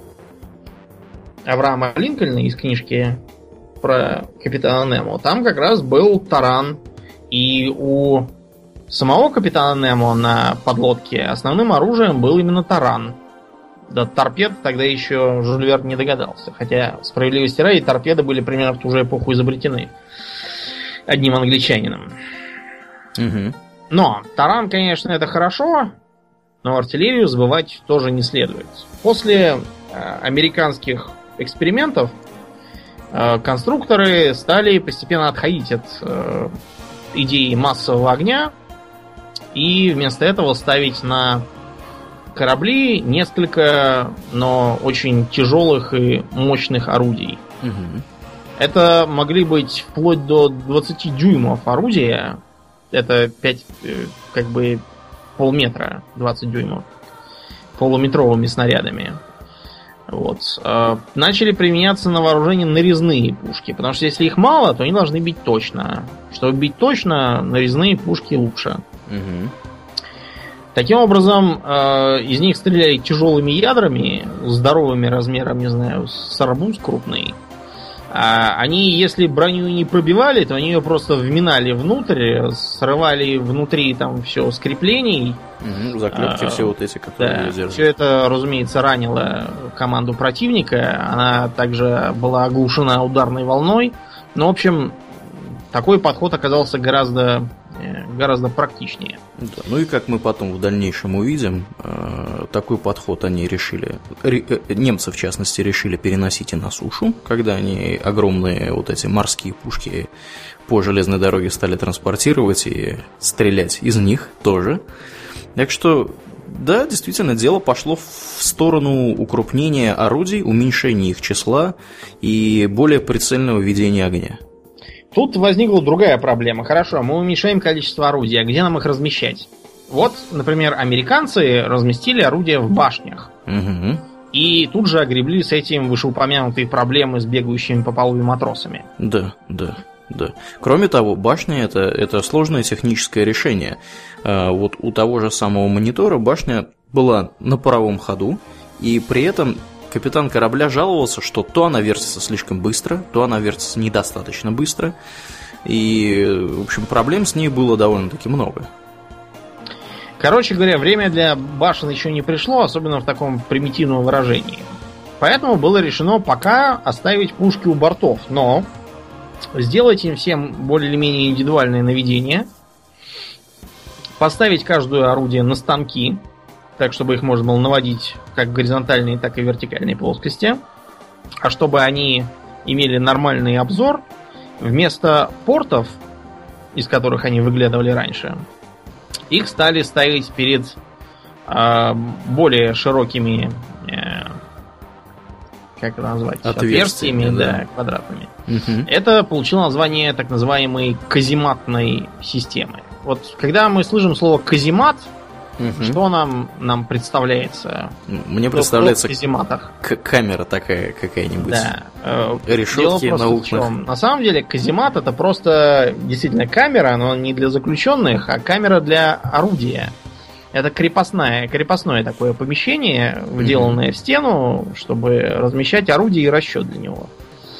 Авраама Линкольна из книжки про капитана Немо. Там как раз был таран, и у самого капитана Немо на подлодке основным оружием был именно таран. До торпед тогда еще Жюль Верн не догадался. Хотя, справедливости ради, торпеды были примерно в ту же эпоху изобретены одним англичанином. Угу. Но таран, конечно, это хорошо, но артиллерию забывать тоже не следует. После э, американских экспериментов э, конструкторы стали постепенно отходить от э, идеи массового огня и вместо этого ставить на корабли несколько, но очень тяжелых и мощных орудий. Угу. Это могли быть вплоть до двадцати дюймов орудия. Это пять, как бы полметра, двадцать дюймов. Полуметровыми снарядами. Вот. Начали применяться на вооружение нарезные пушки. Потому что если их мало, то они должны бить точно. Чтобы бить точно, нарезные пушки лучше. Угу. Таким образом, э, из них стреляли тяжелыми ядрами, здоровыми размером, не знаю, с арбуз крупный. А они, если броню не пробивали, то они ее просто вминали внутрь, срывали внутри там все с креплений. Угу, заклепки а, все вот эти, которые да, ее держат. Все это, разумеется, ранило команду противника. Она также была оглушена ударной волной. Ну, в общем, такой подход оказался гораздо, гораздо практичнее. Да, ну и как мы потом в дальнейшем увидим, такой подход они решили, немцы в частности решили переносить и на сушу, когда они огромные вот эти морские пушки по железной дороге стали транспортировать и стрелять из них тоже. Так что, да, действительно, дело пошло в сторону укрупнения орудий, уменьшения их числа и более прицельного ведения огня. Тут возникла другая проблема. Хорошо, мы уменьшаем количество орудий, а где нам их размещать? Вот, например, американцы разместили орудия в башнях. Угу. И тут же огребли с этим вышеупомянутые проблемы с бегающими по палубе матросами. Да, да, да. Кроме того, башня это, это сложное техническое решение. Вот у того же самого монитора башня была на паровом ходу, и при этом капитан корабля жаловался, что то она вертится слишком быстро, то она вертится недостаточно быстро. И, в общем, проблем с ней было довольно-таки много. Короче говоря, время для башен еще не пришло, особенно в таком примитивном выражении. Поэтому было решено пока оставить пушки у бортов, но сделать им всем более или менее индивидуальное наведение, поставить каждое орудие на станки, так, чтобы их можно было наводить как в горизонтальной, так и в вертикальной плоскости. А чтобы они имели нормальный обзор, вместо портов, из которых они выглядывали раньше, их стали ставить перед э, более широкими, э, как это назвать, отверстиями, отверстиями да, да, квадратными. Угу. Это получило название так называемой казематной системы. Вот когда мы слышим слово каземат, угу. Что нам, нам представляется? Мне представляется к- камера такая какая-нибудь. Да. Решетки на окнах. На самом деле каземат это просто действительно камера, но не для заключенных, а камера для орудия. Это крепостное, крепостное такое помещение, вделанное mm-hmm. в стену, чтобы размещать орудие и расчет для него.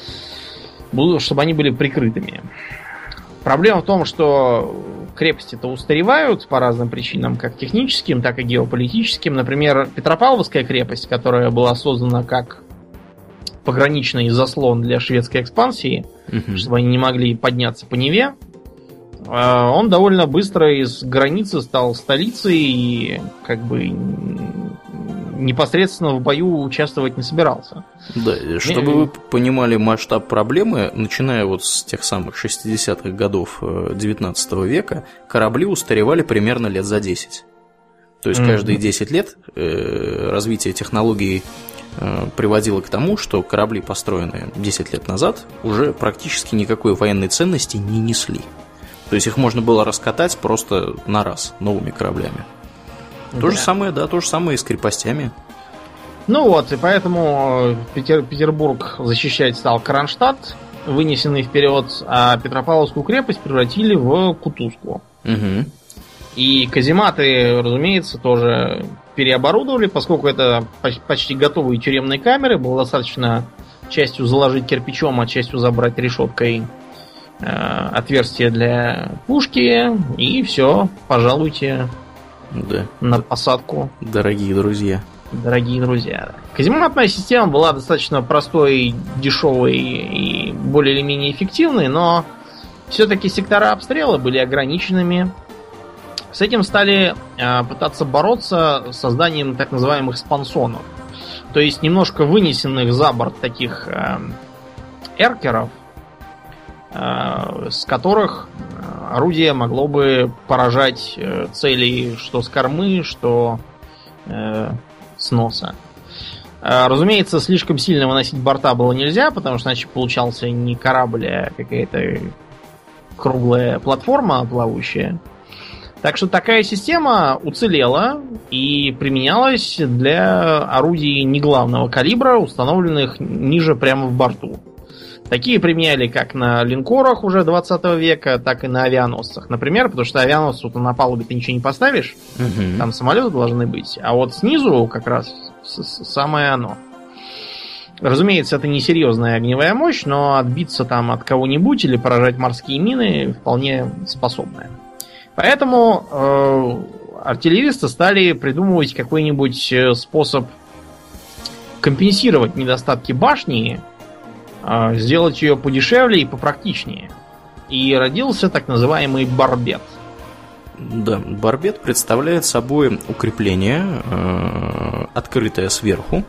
Чтобы они были прикрытыми. Проблема в том, что крепости-то устаревают по разным причинам, как техническим, так и геополитическим. Например, Петропавловская крепость, которая была создана как пограничный заслон для шведской экспансии, угу. чтобы они не могли подняться по Неве, он довольно быстро из границы стал столицей и как бы непосредственно в бою участвовать не собирался. Да, чтобы вы понимали масштаб проблемы, начиная вот с тех самых шестидесятых годов девятнадцатого века, корабли устаревали примерно лет за десять. То есть каждые десять лет развитие технологий приводило к тому, что корабли, построенные десять лет назад, уже практически никакой военной ценности не несли. То есть их можно было раскатать просто на раз новыми кораблями. То да. же самое, да, то же самое и с крепостями. Ну вот, и поэтому Петер, Петербург защищать стал Кронштадт, вынесенный вперед, а Петропавловскую крепость превратили в кутузку. Угу. И казематы, разумеется, тоже переоборудовали, поскольку это почти готовые тюремные камеры, было достаточно частью заложить кирпичом, а частью забрать решеткой э, отверстие для пушки, и все, пожалуйте. Да. На посадку. Дорогие друзья. Дорогие друзья. Казематная система была достаточно простой, дешевой и более или менее эффективной, но все-таки сектора обстрела были ограниченными. С этим стали э, пытаться бороться созданием так называемых спансонов. То есть немножко вынесенных за борт таких э, эркеров, э, с которых орудие могло бы поражать э, цели что с кормы, что э, с носа. Э, разумеется, слишком сильно выносить борта было нельзя, потому что иначе получался не корабль, а какая-то круглая платформа плавающая. Так что такая система уцелела и применялась для орудий неглавного калибра, установленных ниже прямо в борту. Такие применяли как на линкорах уже двадцатого века, так и на авианосцах. Например, потому что авианосцу на палубе ты ничего не поставишь, угу. Там самолеты должны быть, а вот снизу как раз самое оно. Разумеется, это не серьезная огневая мощь, но отбиться там от кого-нибудь или поражать морские мины вполне способная. Поэтому э, артиллеристы стали придумывать какой-нибудь способ компенсировать недостатки башни, э, сделать ее подешевле и попрактичнее. И родился так называемый барбет. Да, барбет представляет собой укрепление, э, открытое сверху.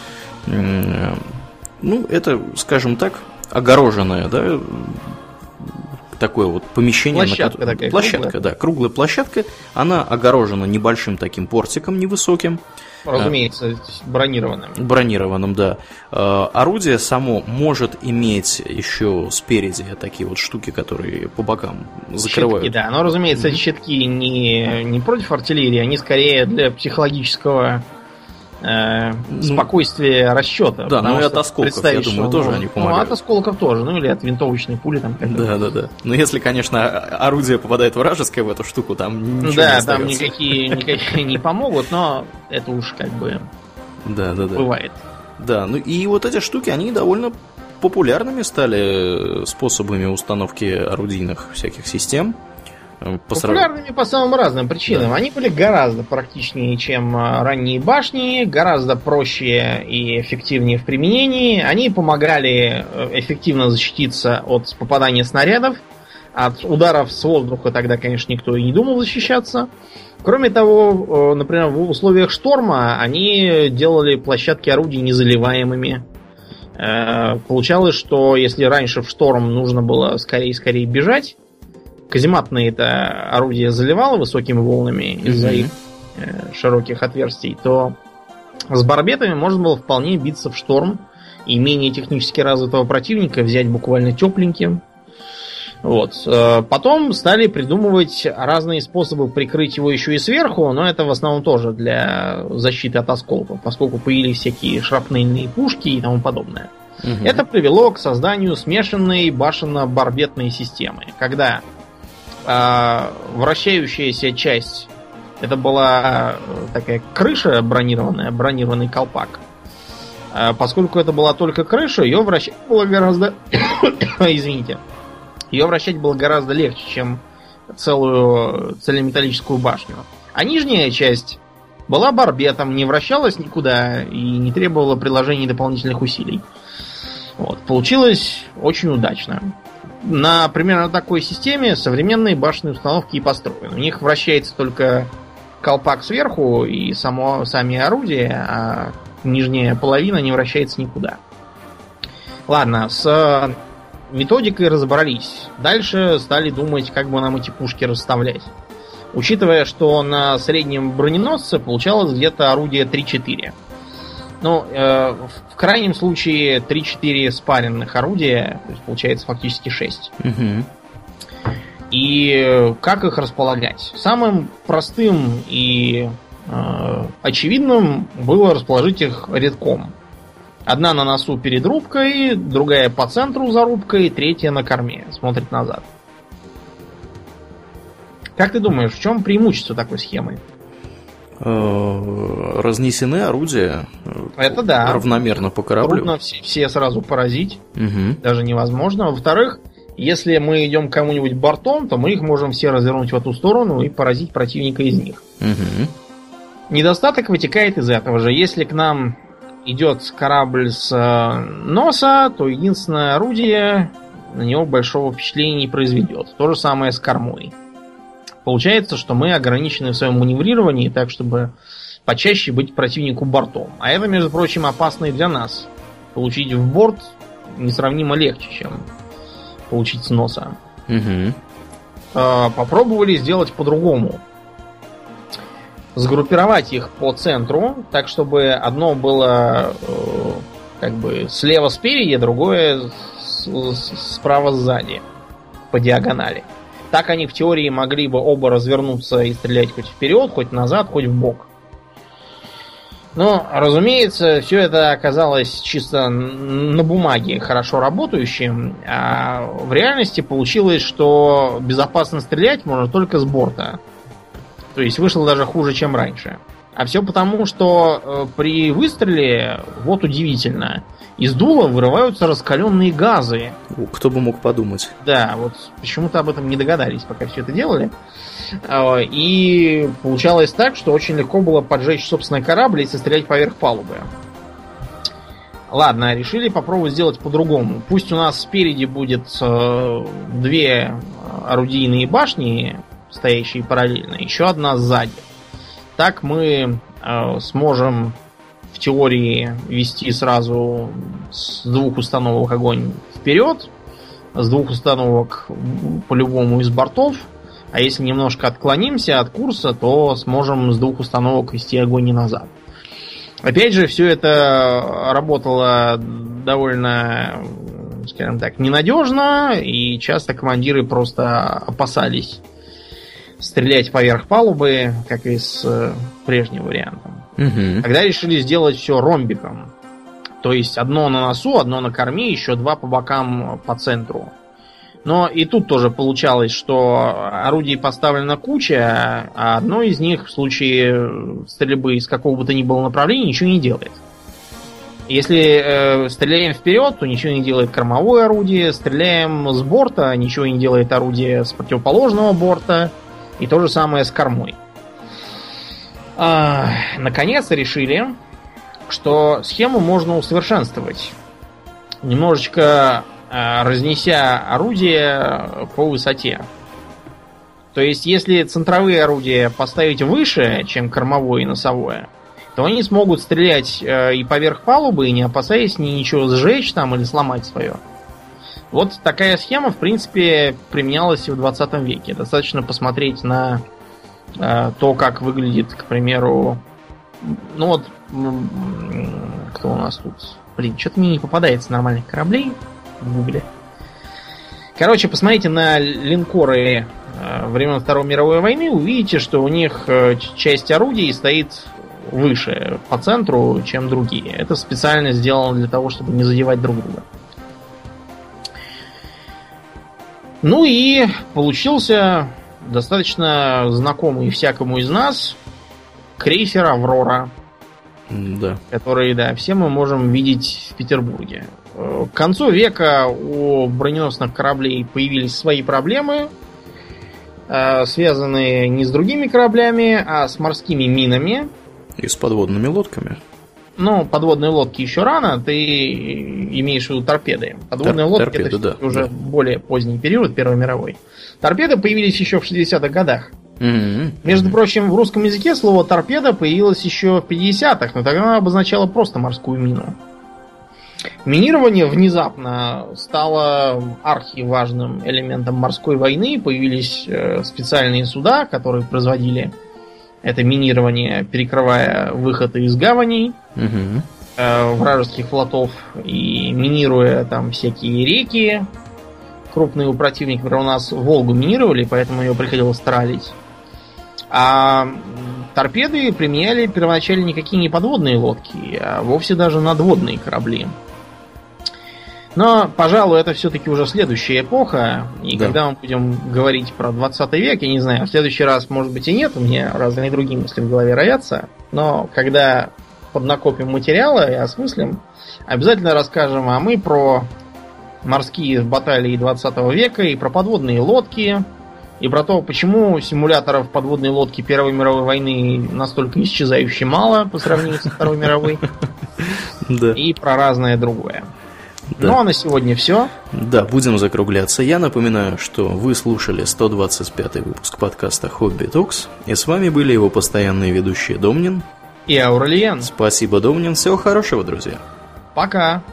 Ну, это, скажем так, огороженное, да, такое вот помещение. Площадка на, такая. Площадка, круглая. да, круглая площадка. Она огорожена небольшим таким портиком невысоким. Разумеется, бронированным. Бронированным, да. Орудие само может иметь еще спереди такие вот штуки, которые по бокам закрывают. Щитки, да. Но, разумеется, эти щитки не, не против артиллерии, они скорее для психологического э, спокойствия расчета. Да, ну и от осколков, я думаю, тоже ну, они помогают. Ну, от осколков тоже, ну или от винтовочной пули там как-то. Да, да, да. Но если, конечно, орудие попадает вражеское в эту штуку, там ничего да, не остается. Да, там никакие, никакие не помогут, но это уж как бы да, да, да. бывает. Да, ну и вот эти штуки, они довольно популярными стали способами установки орудийных всяких систем. По Популярными срав... по самым разным причинам. Да. Они были гораздо практичнее, чем ранние башни, гораздо проще и эффективнее в применении. Они помогали эффективно защититься от попадания снарядов. От ударов с воздуха тогда, конечно, никто и не думал защищаться. Кроме того, например, в условиях шторма они делали площадки орудий незаливаемыми. Получалось, что если раньше в шторм нужно было скорее-скорее бежать, казематные это орудие заливало высокими волнами из-за mm-hmm. их э, широких отверстий, то с барбетами можно было вполне биться в шторм и менее технически развитого противника взять буквально тепленьким. Вот. Потом стали придумывать разные способы прикрыть его еще и сверху, но это в основном тоже для защиты от осколков, поскольку появились всякие шрапнельные пушки и тому подобное. Mm-hmm. Это привело к созданию смешанной башенно-барбетной системы, когда вращающаяся часть, это была такая крыша бронированная, бронированный колпак. Поскольку это была только крыша, ее вращать было гораздо извините, ее вращать было гораздо легче, чем целую цельнометаллическую башню. А нижняя часть была барбетом, не вращалась никуда и не требовала приложения дополнительных усилий. Вот. Получилось очень удачно. На примерно такой системе современные башенные установки и построены. У них вращается только колпак сверху и само, сами орудия, а нижняя половина не вращается никуда. Ладно, с методикой разобрались. Дальше стали думать, как бы нам эти пушки расставлять. Учитывая, что на среднем броненосце получалось где-то орудие три-четыре. Ну, э, в крайнем случае три-четыре спаренных орудия, то есть получается фактически шесть. Угу. И как их располагать? Самым простым и э, очевидным было расположить их рядком. Одна на носу перед рубкой, другая по центру за рубкой, третья на корме, смотрит назад. Как ты думаешь, в чем преимущество такой схемы? Разнесены орудия. Это да. Равномерно по кораблю. Трудно все, все сразу поразить. Угу. Даже невозможно. Во-вторых, если мы идем к кому-нибудь бортом, то мы их можем все развернуть в эту сторону и поразить противника из них. Угу. Недостаток вытекает из этого же. Если к нам идет корабль с носа, то единственное орудие на него большого впечатления не произведет. То же самое с кормой. Получается, что мы ограничены в своем маневрировании, так чтобы почаще быть противнику бортом. А это, между прочим, опасно и для нас. Получить в борт несравнимо легче, чем получить с носа. Угу. Попробовали сделать по-другому. Сгруппировать их по центру, так чтобы одно было как бы слева спереди, другое справа сзади, по диагонали. Так они в теории могли бы оба развернуться и стрелять хоть вперед, хоть назад, хоть в бок. Но, разумеется, все это оказалось чисто на бумаге хорошо работающим, а в реальности получилось, что безопасно стрелять можно только с борта. То есть вышло даже хуже, чем раньше. А все потому, что э, при выстреле, вот удивительно, из дула вырываются раскаленные газы. Кто бы мог подумать. Да, вот почему-то об этом не догадались, пока все это делали. И получалось так, что очень легко было поджечь собственный корабль и стрелять поверх палубы. Ладно, решили попробовать сделать по-другому. Пусть у нас спереди будет э, две орудийные башни, стоящие параллельно, еще одна сзади. Так мы э, сможем в теории вести сразу с двух установок огонь вперед, с двух установок по-любому из бортов. А если немножко отклонимся от курса, то сможем с двух установок вести огонь и назад. Опять же, все это работало довольно, скажем так, ненадежно, и часто командиры просто опасались стрелять поверх палубы, как и с прежним вариантом. Угу. Тогда решили сделать все ромбиком. То есть одно на носу, одно на корме, еще два по бокам по центру. Но и тут тоже получалось, что орудий поставлена куча, а одно из них в случае стрельбы из какого бы то ни было направления ничего не делает. Если э, стреляем вперед, то ничего не делает кормовое орудие, стреляем с борта, ничего не делает орудие с противоположного борта, и то же самое с кормой. А, наконец решили, что схему можно усовершенствовать. Немножечко разнеся орудие по высоте. То есть, если центровые орудия поставить выше, чем кормовое и носовое, то они смогут стрелять и поверх палубы, не опасаясь ни ничего сжечь там или сломать свое. Вот такая схема, в принципе, применялась и в двадцатом веке. Достаточно посмотреть на э, то, как выглядит, к примеру, ну вот, кто у нас тут? Блин, что-то мне не попадается нормальных кораблей в гугле. Короче, посмотрите на линкоры э, времен Второй мировой войны, увидите, что у них э, часть орудий стоит выше по центру, чем другие. Это специально сделано для того, чтобы не задевать друг друга. Ну и получился достаточно знакомый всякому из нас крейсер «Аврора», да. который, да, все мы можем видеть в Петербурге. К концу века у броненосных кораблей появились свои проблемы, связанные не с другими кораблями, а с морскими минами. И с подводными лодками. Ну, подводные лодки еще рано, ты имеешь в виду торпеды. Подводные Тор- лодки торпеды, это да, уже да. более поздний период, Первой мировой. Торпеды появились еще в шестидесятых годах. Mm-hmm. Между прочим, в русском языке слово торпеда появилось еще в пятидесятых, но тогда оно обозначало просто морскую мину. Минирование внезапно стало архиважным элементом морской войны. Появились специальные суда, которые производили это минирование, перекрывая выходы из гаваней Угу. э, вражеских флотов и минируя там всякие реки. Крупные у противника, например, у нас Волгу минировали, поэтому ее приходилось тралить. А торпеды применяли первоначально никакие не подводные лодки, а вовсе даже надводные корабли. Но, пожалуй, это все-таки уже следующая эпоха. И да. когда мы будем говорить про двадцатый век, я не знаю, в следующий раз, может быть, и нет, у меня разные другие мысли в голове роятся. Но когда поднакопим материала и осмыслим, обязательно расскажем, а мы про морские баталии двадцатого века и про подводные лодки, и про то, почему симуляторов подводной лодки Первой мировой войны настолько исчезающе мало по сравнению со Второй мировой, и про разное другое. Да. Ну а на сегодня все. Да, будем закругляться. Я напоминаю, что вы слушали сто двадцать пятый выпуск подкаста Hobby Talks, и с вами были его постоянные ведущие Домнин и Аурельян. Спасибо, Домнин. Всего хорошего, друзья. Пока.